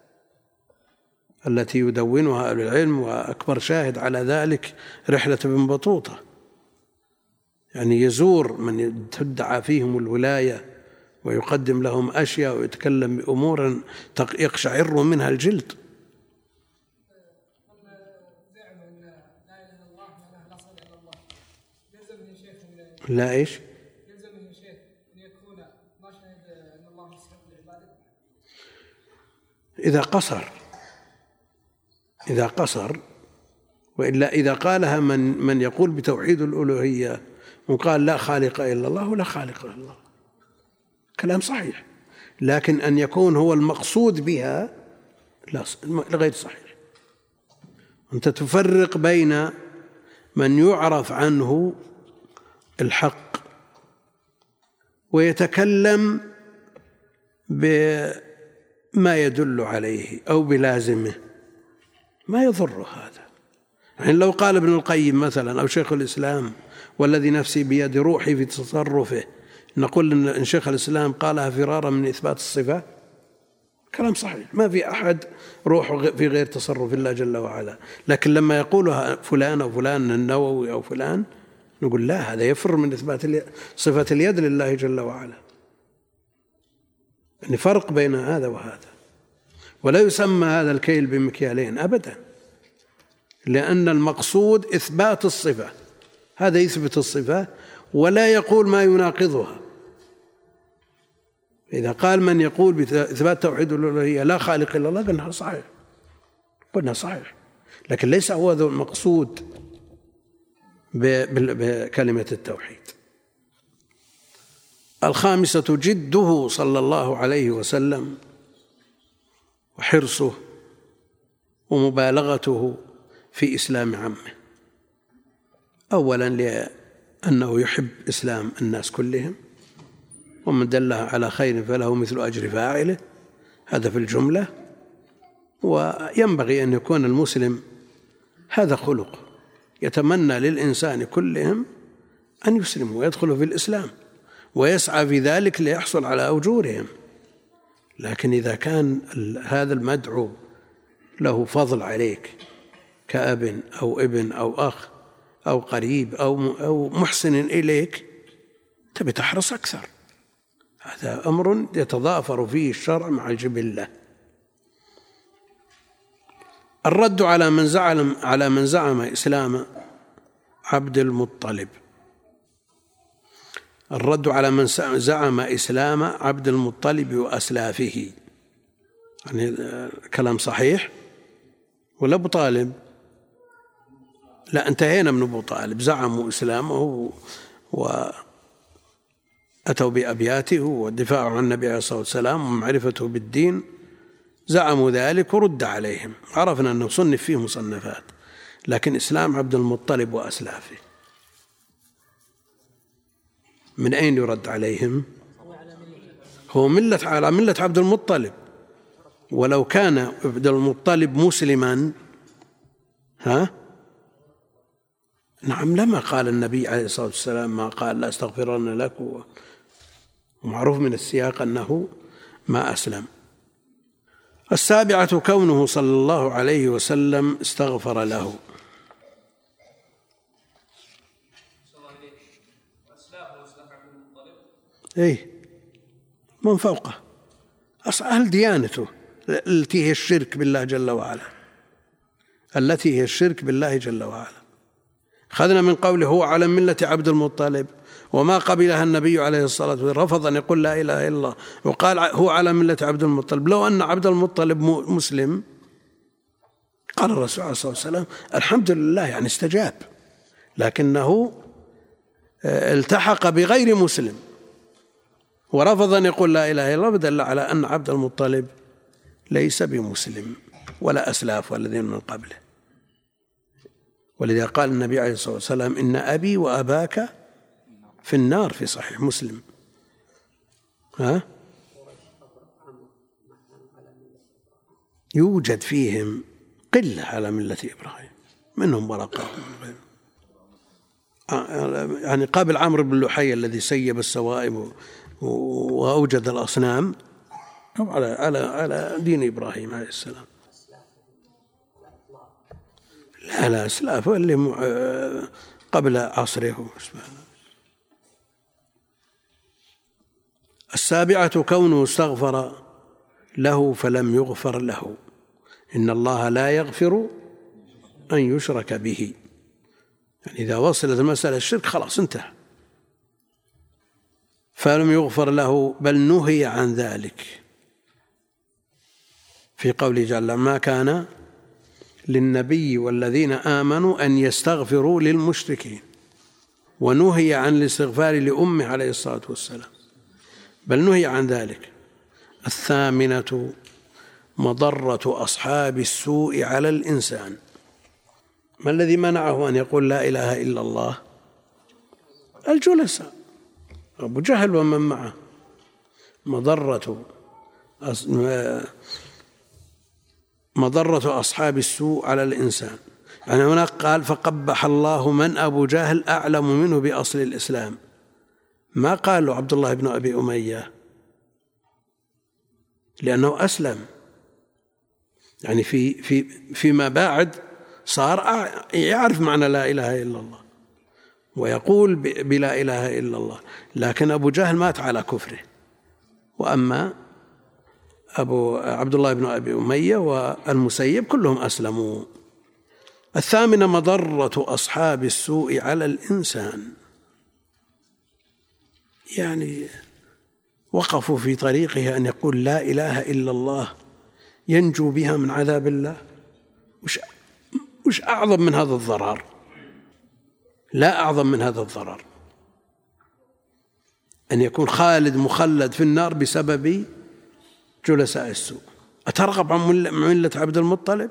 A: التي يدونها أهل العلم، وأكبر شاهد على ذلك رحلة ابن بطوطة، يعني يزور من تدعى فيهم الولاية ويقدم لهم أشياء ويتكلم بأمور يقشعر منها الجلد. لا إيش؟ يلزم يا شيخ أن يكون ما شهد أن الله يستحق العبادة إذا قصر، وإلا إذا قالها من يقول بتوحيد الألوهية وقال لا خالق إلا الله ولا خالق إلا الله، كلام صحيح، لكن أن يكون هو المقصود بها لا، غير صحيح. أنت تفرق بين من يعرف عنه الحق ويتكلم بما يدل عليه أو بلازمه، ما يضر هذا. يعني لو قال ابن القيم مثلا أو شيخ الإسلام والذي نفسي بيد روحي في تصرفه، نقول إن شيخ الإسلام قالها فرارا من إثبات الصفة، كلام صحيح، ما في أحد روحه في غير تصرف الله جل وعلا. لكن لما يقولها فلان أو فلان النووي أو فلان، نقول لا، هذا يفر من إثبات صفة اليد لله جل وعلا. يعني فرق بين هذا وهذا، ولا يسمى هذا الكيل بمكيالين أبدا، لأن المقصود إثبات الصفة، هذا يثبت الصفة ولا يقول ما يناقضها. إذا قال من يقول بإثبات توحيد الألوهية لا خالق إلا الله قلنا صحيح، لكن ليس هو ذو المقصود بكلمة التوحيد. الخامسة جده صلى الله عليه وسلم وحرصه ومبالغته في إسلام عمه. أولا لأنه يحب إسلام الناس كلهم، ومن دلها على خير فله مثل أجر فاعله، هذا في الجملة. وينبغي أن يكون المسلم هذا خلق، يتمنى للإنسان كلهم أن يسلموا ويدخلوا في الإسلام ويسعى في ذلك ليحصل على أجورهم. لكن إذا كان هذا المدعو له فضل عليك كأب أو ابن أو أخ أو قريب أو محسن إليك، تبي تحرص أكثر. هذا أمر يتضافر فيه الشرع مع الجبلة. الرد على من زعم إسلام عبد المطلب. الرد على من زعم إسلام عبد المطلب وأسلافه، يعني كلام صحيح. ولا أبو طالب؟ لا، انتهينا من أبو طالب، زعموا إسلامه وأتوا بأبياته والدفاع عن النبي عليه الصلاة والسلام ومعرفته بالدين، زعموا ذلك ورد عليهم. عرفنا أنه صنف فيه مصنفات، لكن إسلام عبد المطلب وأسلافه من أين يرد عليهم؟ هو على ملة عبد المطلب. ولو كان عبد المطلب مسلما نعم لما قال النبي عليه الصلاة والسلام ما قال لا أستغفرن لك، ومعروف من السياق أنه ما أسلم. السابعة كونه صلى الله عليه وسلم استغفر له. من فوقه أهل ديانته التي هي الشرك بالله جل وعلا، التي هي الشرك بالله جل وعلا. خذنا من قوله هو على ملة عبد المطلب، وما قبلها النبي عليه الصلاة والسلام، رفض أن يقول لا إله إلا الله، وقال هو على ملة عبد المطلب. لو أن عبد المطلب مسلم قال الرسول عليه الصلاة والسلام الحمد لله، يعني استجاب، لكنه التحق بغير مسلم ورفض أن يقول لا إله إلا الله، بدل على أن عبد المطلب ليس بمسلم ولا أسلاف والذين من قبله. ولذا قال النبي عليه الصلاة والسلام إن أبي وأباك في النار في صحيح مسلم. يوجد فيهم قلة على ملة إبراهيم، منهم ورقة يعني قابل عمرو بن لحي الذي سيب السوائب وأوجد الأصنام على دين إبراهيم عليه السلام. لا أسلاف اللي قبل عصره. السابعة كونه استغفر له فلم يغفر له. إن الله لا يغفر أن يشرك به، يعني إذا وصلت المسألة الشرك خلاص انتهى. فلم يغفر له بل نهي عن ذلك في قوله جل: ما كان للنبي والذين آمنوا أن يستغفروا للمشركين، ونهي عن الاستغفار لأمه عليه الصلاة والسلام، بل نهي عن ذلك. الثامنة مضرة أصحاب السوء على الإنسان. ما الذي منعه أن يقول لا إله إلا الله؟ الجلساء، أبو جهل ومن معه. مضرة أصحاب السوء على الإنسان، يعني هناك قال فقبح الله من أبو جهل أعلم منه بأصل الإسلام، ما قال عبد الله بن أبي أمية لأنه أسلم، يعني فيما بعد صار يعرف معنى لا إله إلا الله ويقول بلا إله إلا الله، لكن أبو جهل مات على كفره. وأما عبد الله بن أبي أمية والمسيب كلهم أسلموا. الثامنة مضرة أصحاب السوء على الإنسان، يعني وقفوا في طريقه أن يقول لا إله إلا الله ينجو بها من عذاب الله. وش أعظم من هذا الضرر؟ لا أعظم من هذا الضرر أن يكون خالد مخلد في النار بسبب جلساء السوء. أترغب عن ملة عبد المطلب؟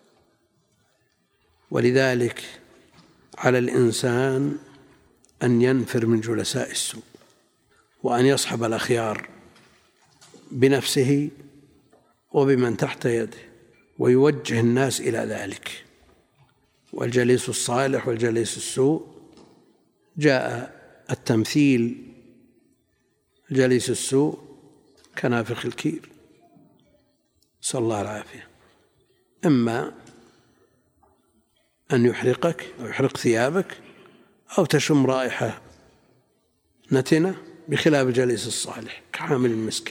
A: ولذلك على الإنسان أن ينفر من جلساء السوء، وأن يصحب الأخيار بنفسه وبمن تحت يده، ويوجه الناس إلى ذلك. والجليس الصالح والجليس السوء جاء التمثيل جليس السوء كنافخ الكير، صلى الله العافية، إما أن يحرقك أو يحرق ثيابك أو تشم رائحة نتنة، بخلاف جليس الصالح كحامل المسك.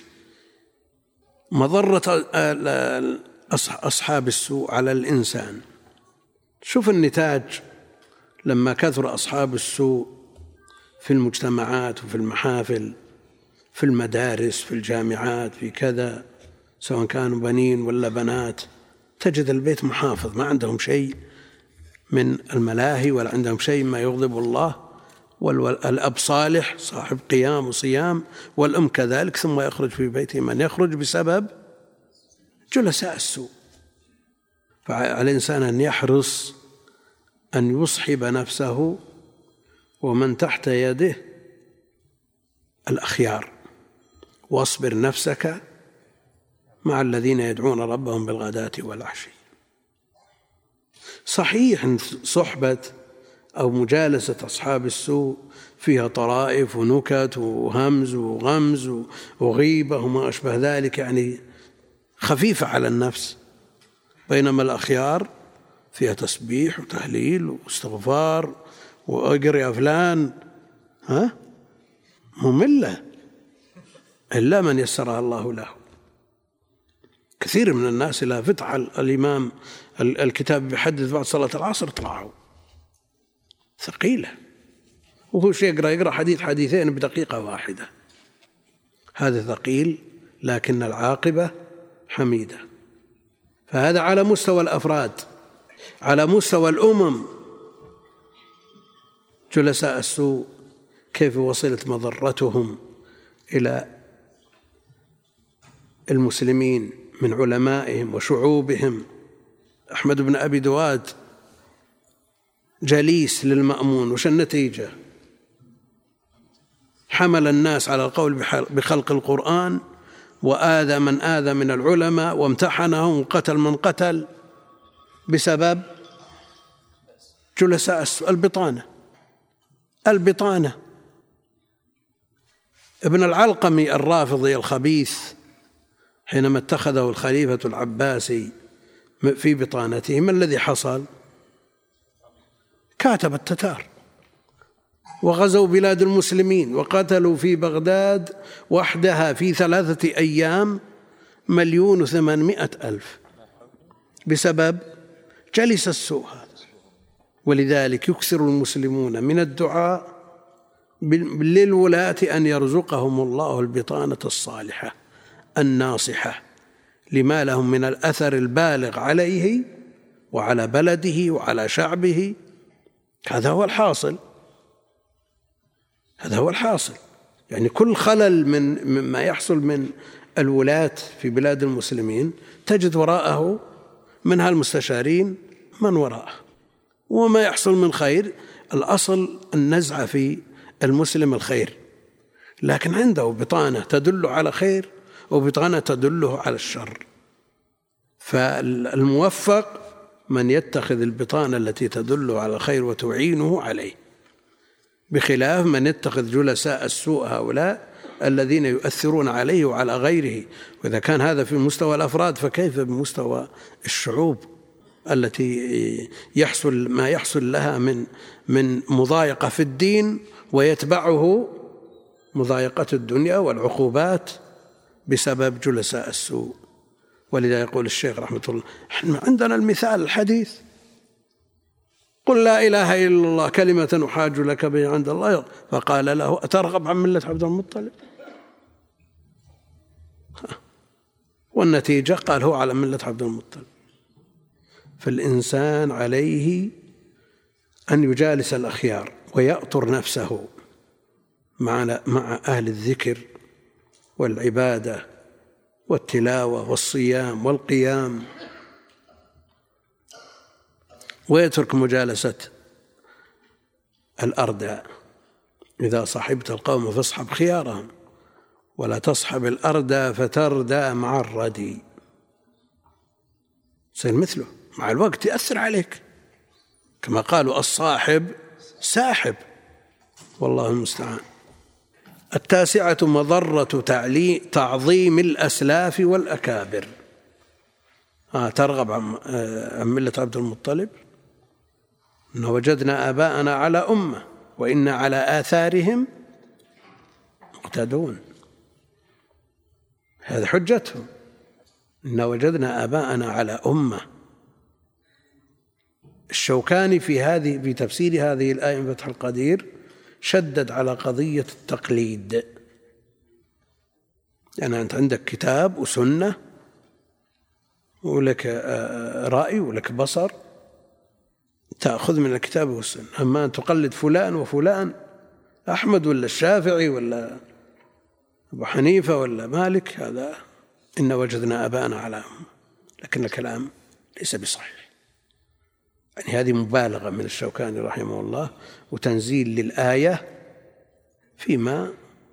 A: مضرة أصحاب السوء على الإنسان، شوف النتاج لما كثر أصحاب السوء في المجتمعات وفي المحافل، في المدارس، في الجامعات، في كذا، سواء كانوا بنين ولا بنات، تجد البيت محافظ، ما عندهم شيء من الملاهي ولا عندهم شيء ما يغضب الله، والأب صالح صاحب قيام وصيام، والأم كذلك، ثم يخرج في بيته من يخرج بسبب جلساء السوء. فعلى الإنسان أن يحرص أن يصحب نفسه ومن تحت يده الأخيار، واصبر نفسك مع الذين يدعون ربهم بالغداة والعشي. صحيح صحبة أو مجالسة أصحاب السوء فيها طرائف ونكت وهمز وغمز وغيبة وما أشبه ذلك، يعني خفيفة على النفس، بينما الأخيار فيها تسبيح وتهليل واستغفار وأقر يا فلان، مملة إلا من يسرها الله له. كثير من الناس إذا فتح الإمام الكتاب بحدث بعد صلاة العصر طلعوا ثقيلة، وهو شيء يقرأ حديث حديثين بدقيقة واحدة، هذا ثقيل، لكن العاقبة حميدة. فهذا على مستوى الأفراد. على مستوى الأمم جلساء السوء كيف وصلت مضرتهم إلى المسلمين من علمائهم وشعوبهم. أحمد بن أبي دواد جليس للمأمون، وش النتيجة؟ حمل الناس على القول بخلق القرآن، وآذى من آذى من العلماء، وامتحنهم وقتل من قتل بسبب جلساء البطانة. ابن العلقمي الرافضي الخبيث حينما اتخذه الخليفة العباسي في بطانته، ما الذي حصل؟ كاتب التتار وغزوا بلاد المسلمين، وقتلوا في بغداد وحدها في 3 أيام 1,800,000 بسبب جلس السوء هذا. ولذلك يكثر المسلمون من الدعاء للولاة أن يرزقهم الله البطانة الصالحة الناصحة لما لهم من الأثر البالغ عليه وعلى بلده وعلى شعبه. هذا هو الحاصل. يعني كل خلل مما يحصل من الولاة في بلاد المسلمين تجد وراءه منها المستشارين من وراءه، وما يحصل من خير الأصل النزعة في المسلم الخير، لكن عنده بطانة تدل على خير وبطانة تدله على الشر. فالموفق من يتخذ البطانة التي تدل على الخير وتعينه عليه، بخلاف من يتخذ جلساء السوء هؤلاء الذين يؤثرون عليه وعلى غيره. وإذا كان هذا في مستوى الأفراد فكيف بمستوى الشعوب التي يحصل ما يحصل لها من مضايقة في الدين، ويتبعه مضايقة الدنيا والعقوبات بسبب جلساء السوء. ولذا يقول الشيخ رحمة الله: عندنا المثال الحديث: قل لا إله إلا الله كلمة أحاج لك به عند الله. فقال له: أترغب عن ملة عبد المطلب؟ والنتيجة قال هو على ملة عبد المطلب. فالإنسان عليه أن يجالس الأخيار ويأطر نفسه مع أهل الذكر والعبادة والتلاوة والصيام والقيام، ويترك مجالسة الأرداء. إذا صحبت القوم فاصحب خيارهم، ولا تصحب الأردى فتردى مع الردي. صير مثله، مع الوقت يأثر عليك، كما قالوا: الصاحب ساحب، والله المستعان. 9 مضرة تعظيم الأسلاف والأكابر. ترغب عن ملة عبد المطلب؟ إن وجدنا آباءنا على أمة وإنا على آثارهم مقتدون. هذا حجتهم، إن وجدنا آباءنا على أمة. الشوكاني في تفسير هذه الآية من فتح القدير شدد على قضية التقليد. يعني أنت عندك كتاب وسنة ولك رأي ولك بصر، تأخذ من الكتاب والسنة. أما أن تقلد فلان وفلان، أحمد ولا الشافعي ولا أبو حنيفة ولا مالك، هذا إن وجدنا آباءنا على أمة، لكن الكلام ليس بصحيح. يعني هذه مبالغة من الشوكاني رحمه الله، وتنزيل للآية فيما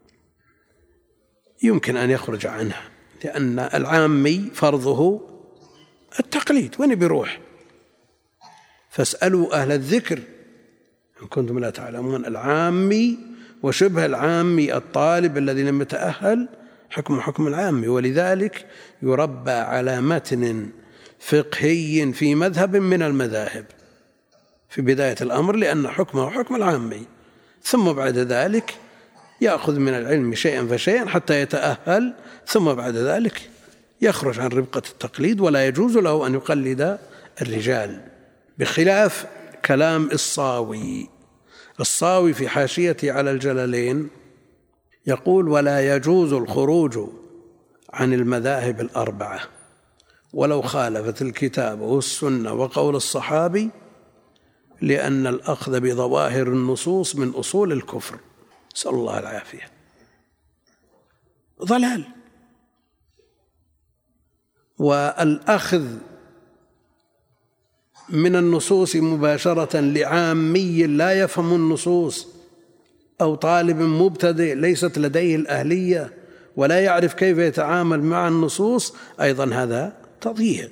A: يمكن أن يخرج عنها، لأن العامي فرضه التقليد، وين بيروح؟ فاسألوا أهل الذكر إن كنتم لا تعلمون. العامي وشبه العامي الطالب الذي لم يتأهل حكم العامي، ولذلك يربى على متن فقهي في مذهب من المذاهب في بداية الأمر، لأن حكمه حكم العامي، ثم بعد ذلك يأخذ من العلم شيئا فشيئا حتى يتأهل، ثم بعد ذلك يخرج عن ربقة التقليد، ولا يجوز له أن يقلد الرجال، بخلاف كلام الصاوي في حاشيته على الجلالين يقول: ولا يجوز الخروج عن المذاهب الأربعة ولو خالفت الكتاب والسنة وقول الصحابي، لأن الأخذ بظواهر النصوص من أصول الكفر. نسأل الله العافية. ضلال. والأخذ من النصوص مباشرة لعامي لا يفهم النصوص أو طالب مبتدئ ليست لديه الأهلية ولا يعرف كيف يتعامل مع النصوص، أيضا هذا تضييع.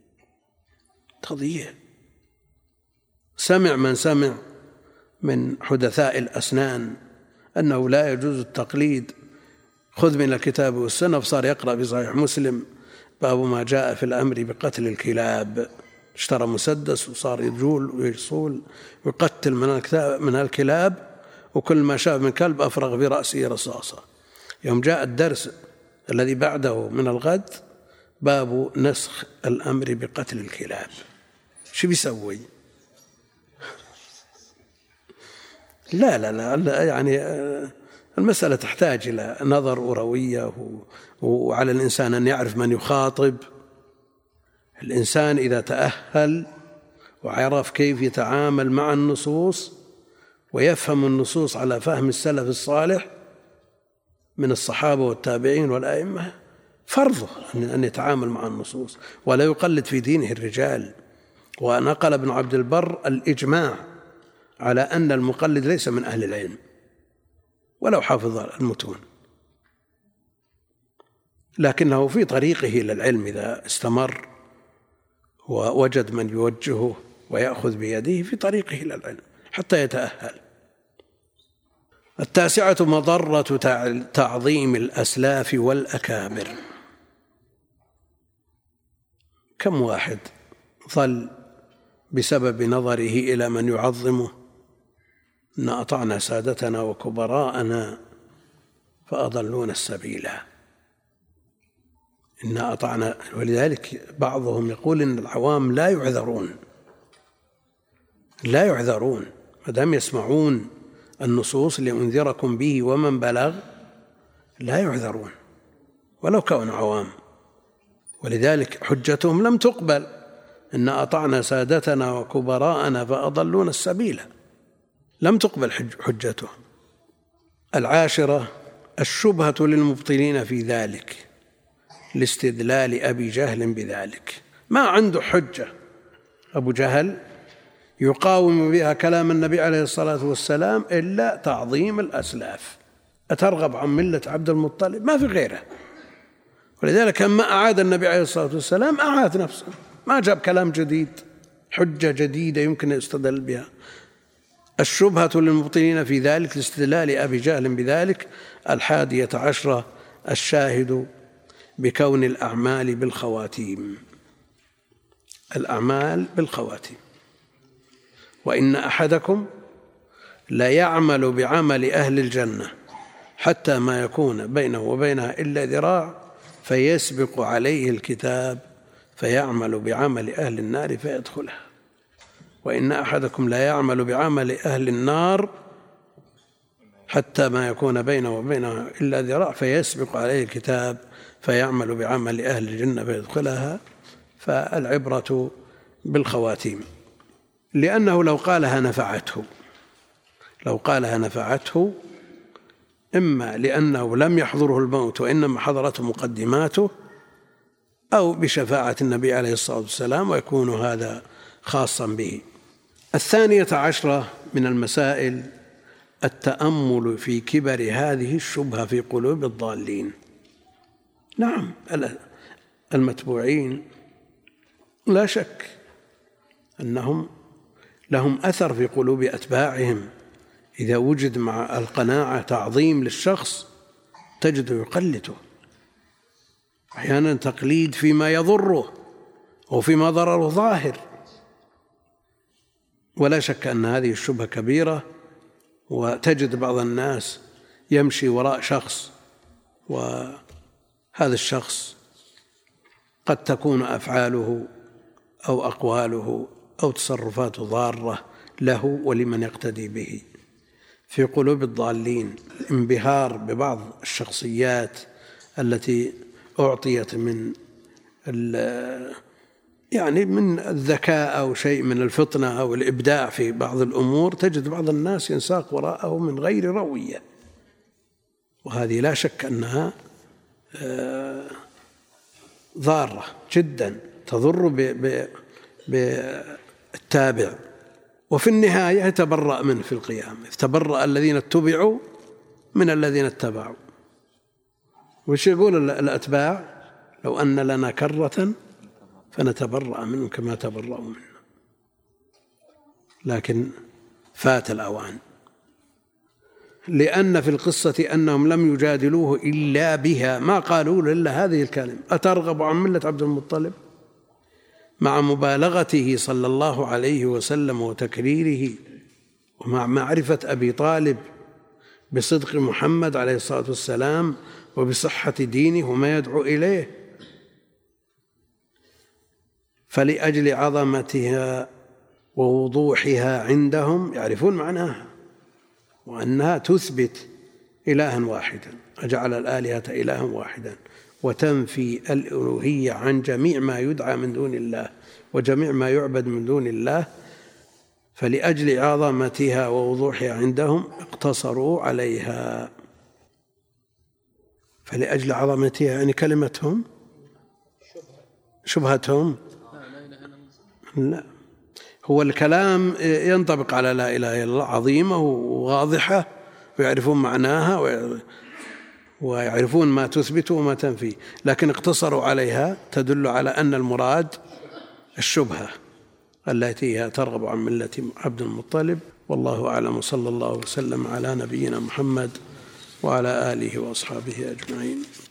A: سمع من سمع من حدثاء الأسنان أنه لا يجوز التقليد، خذ من الكتاب والسنة، فصار يقرأ في صحيح مسلم باب ما جاء في الأمر بقتل الكلاب، اشترى مسدس وصار يجول ويصول ويقتل من الكلاب، وكل ما شاف من كلب أفرغ برأسه رصاصة. يوم جاء الدرس الذي بعده من الغد باب نسخ الأمر بقتل الكلاب، شو بيسوي؟ لا يعني المسألة تحتاج إلى نظر وروية، وعلى الإنسان أن يعرف من يخاطب. الإنسان إذا تأهل وعرف كيف يتعامل مع النصوص ويفهم النصوص على فهم السلف الصالح من الصحابة والتابعين والأئمة، فرضه أن يتعامل مع النصوص ولا يقلد في دينه الرجال. ونقل ابن عبد البر الإجماع على أن المقلد ليس من أهل العلم ولو حافظ المتون، لكنه في طريقه إلى العلم إذا استمر ووجد من يوجهه ويأخذ بيده في طريقه إلى العلم حتى يتأهل. 9 مضرة تعظيم الأسلاف والأكابر. كم واحد ظل بسبب نظره إلى من يعظمه إن أطعنا سادتنا وكبراءنا فأضلون السبيل، إن أطعنا. ولذلك بعضهم يقول إن العوام لا يعذرون ما دام يسمعون النصوص لأنذركم به ومن بلغ، لا يعذرون ولو كانوا عوام. ولذلك حجتهم لم تقبل، إن أطعنا سادتنا وكبراءنا فأضلون السبيل، لم تقبل حجتهم. 10 الشبهة للمبطلين في ذلك لاستدلال أبي جهل بذلك. ما عنده حجة أبو جهل يقاوم بها كلام النبي عليه الصلاة والسلام إلا تعظيم الأسلاف. أترغب عن ملة عبد المطلب؟ ما في غيره. ولذلك لما أعاد النبي عليه الصلاة والسلام أعاد نفسه، ما جاب كلام جديد، حجة جديدة يمكن يستدل بها. الشبهة للمبطلين في ذلك لاستدلال أبي جهل بذلك. 11 الشاهد بكون الأعمال بالخواتيم. الأعمال بالخواتيم. وإن أحدكم لا يعمل بعمل أهل الجنة حتى ما يكون بينه وبينها إلا ذراع فيسبق عليه الكتاب فيعمل بعمل أهل النار فيدخلها. وإن أحدكم لا يعمل بعمل أهل النار حتى ما يكون بينه وبينها إلا ذراع فيسبق عليه الكتاب فيعمل بعمل أهل الجنة فيدخلها. فالعبرة بالخواتيم، لأنه لو قالها نفعته إما لأنه لم يحضره الموت وإنما حضرته مقدماته، أو بشفاعة النبي عليه الصلاة والسلام ويكون هذا خاصا به. 12 من المسائل التأمل في كبر هذه الشبهة في قلوب الضالين. نعم، المتبوعين لا شك أنهم لهم أثر في قلوب أتباعهم. إذا وجد مع القناعة تعظيم للشخص تجده يقلده، أحيانا تقليد فيما يضره أو فيما ضرره ظاهر. ولا شك أن هذه الشبهة كبيرة، وتجد بعض الناس يمشي وراء شخص، وهذا الشخص قد تكون أفعاله أو أقواله أو تصرفاته ضارة له ولمن يقتدي به. في قلوب الضالين الانبهار ببعض الشخصيات التي أعطيت من الذكاء أو شيء من الفطنة أو الإبداع في بعض الأمور، تجد بعض الناس ينساق وراءه من غير روية، وهذه لا شك أنها ضارة جدا تضر بالتابع، وفي النهاية يتبرأ منه في القيامة. تبرأ الذين اتبعوا من الذين اتبعوا. وش يقول الأتباع؟ لو أن لنا كرة فنتبرأ منهم كما تبرأوا منا. لكن فات الأوان، لأن في القصة أنهم لم يجادلوه إلا بها، ما قالوا له إلا هذه الكلمة: أترغب عن ملة عبد المطلب؟ مع مبالغته صلى الله عليه وسلم وتكريره، ومع معرفة أبي طالب بصدق محمد عليه الصلاة والسلام وبصحة دينه وما يدعو إليه. فلأجل عظمتها ووضوحها عندهم يعرفون معناها، وأنها تثبت إلها واحدا، وجعل الآلهة إلها واحدا، وتنفي الألوهية عن جميع ما يدعى من دون الله وجميع ما يعبد من دون الله. فلأجل عظمتها ووضوحها عندهم اقتصروا عليها. فلأجل عظمتها يعني كلمتهم شبهتهم، لا، هو الكلام ينطبق على لا إله إلا الله، عظيمة وواضحة ويعرفون معناها ويعرفون ما تثبت وما تنفي، لكن اقتصروا عليها تدل على أن المراد الشبهة التي هي ترغب عن ملة عبد المطلب. والله أعلم، وصلى الله وسلم على نبينا محمد وعلى آله وأصحابه أجمعين.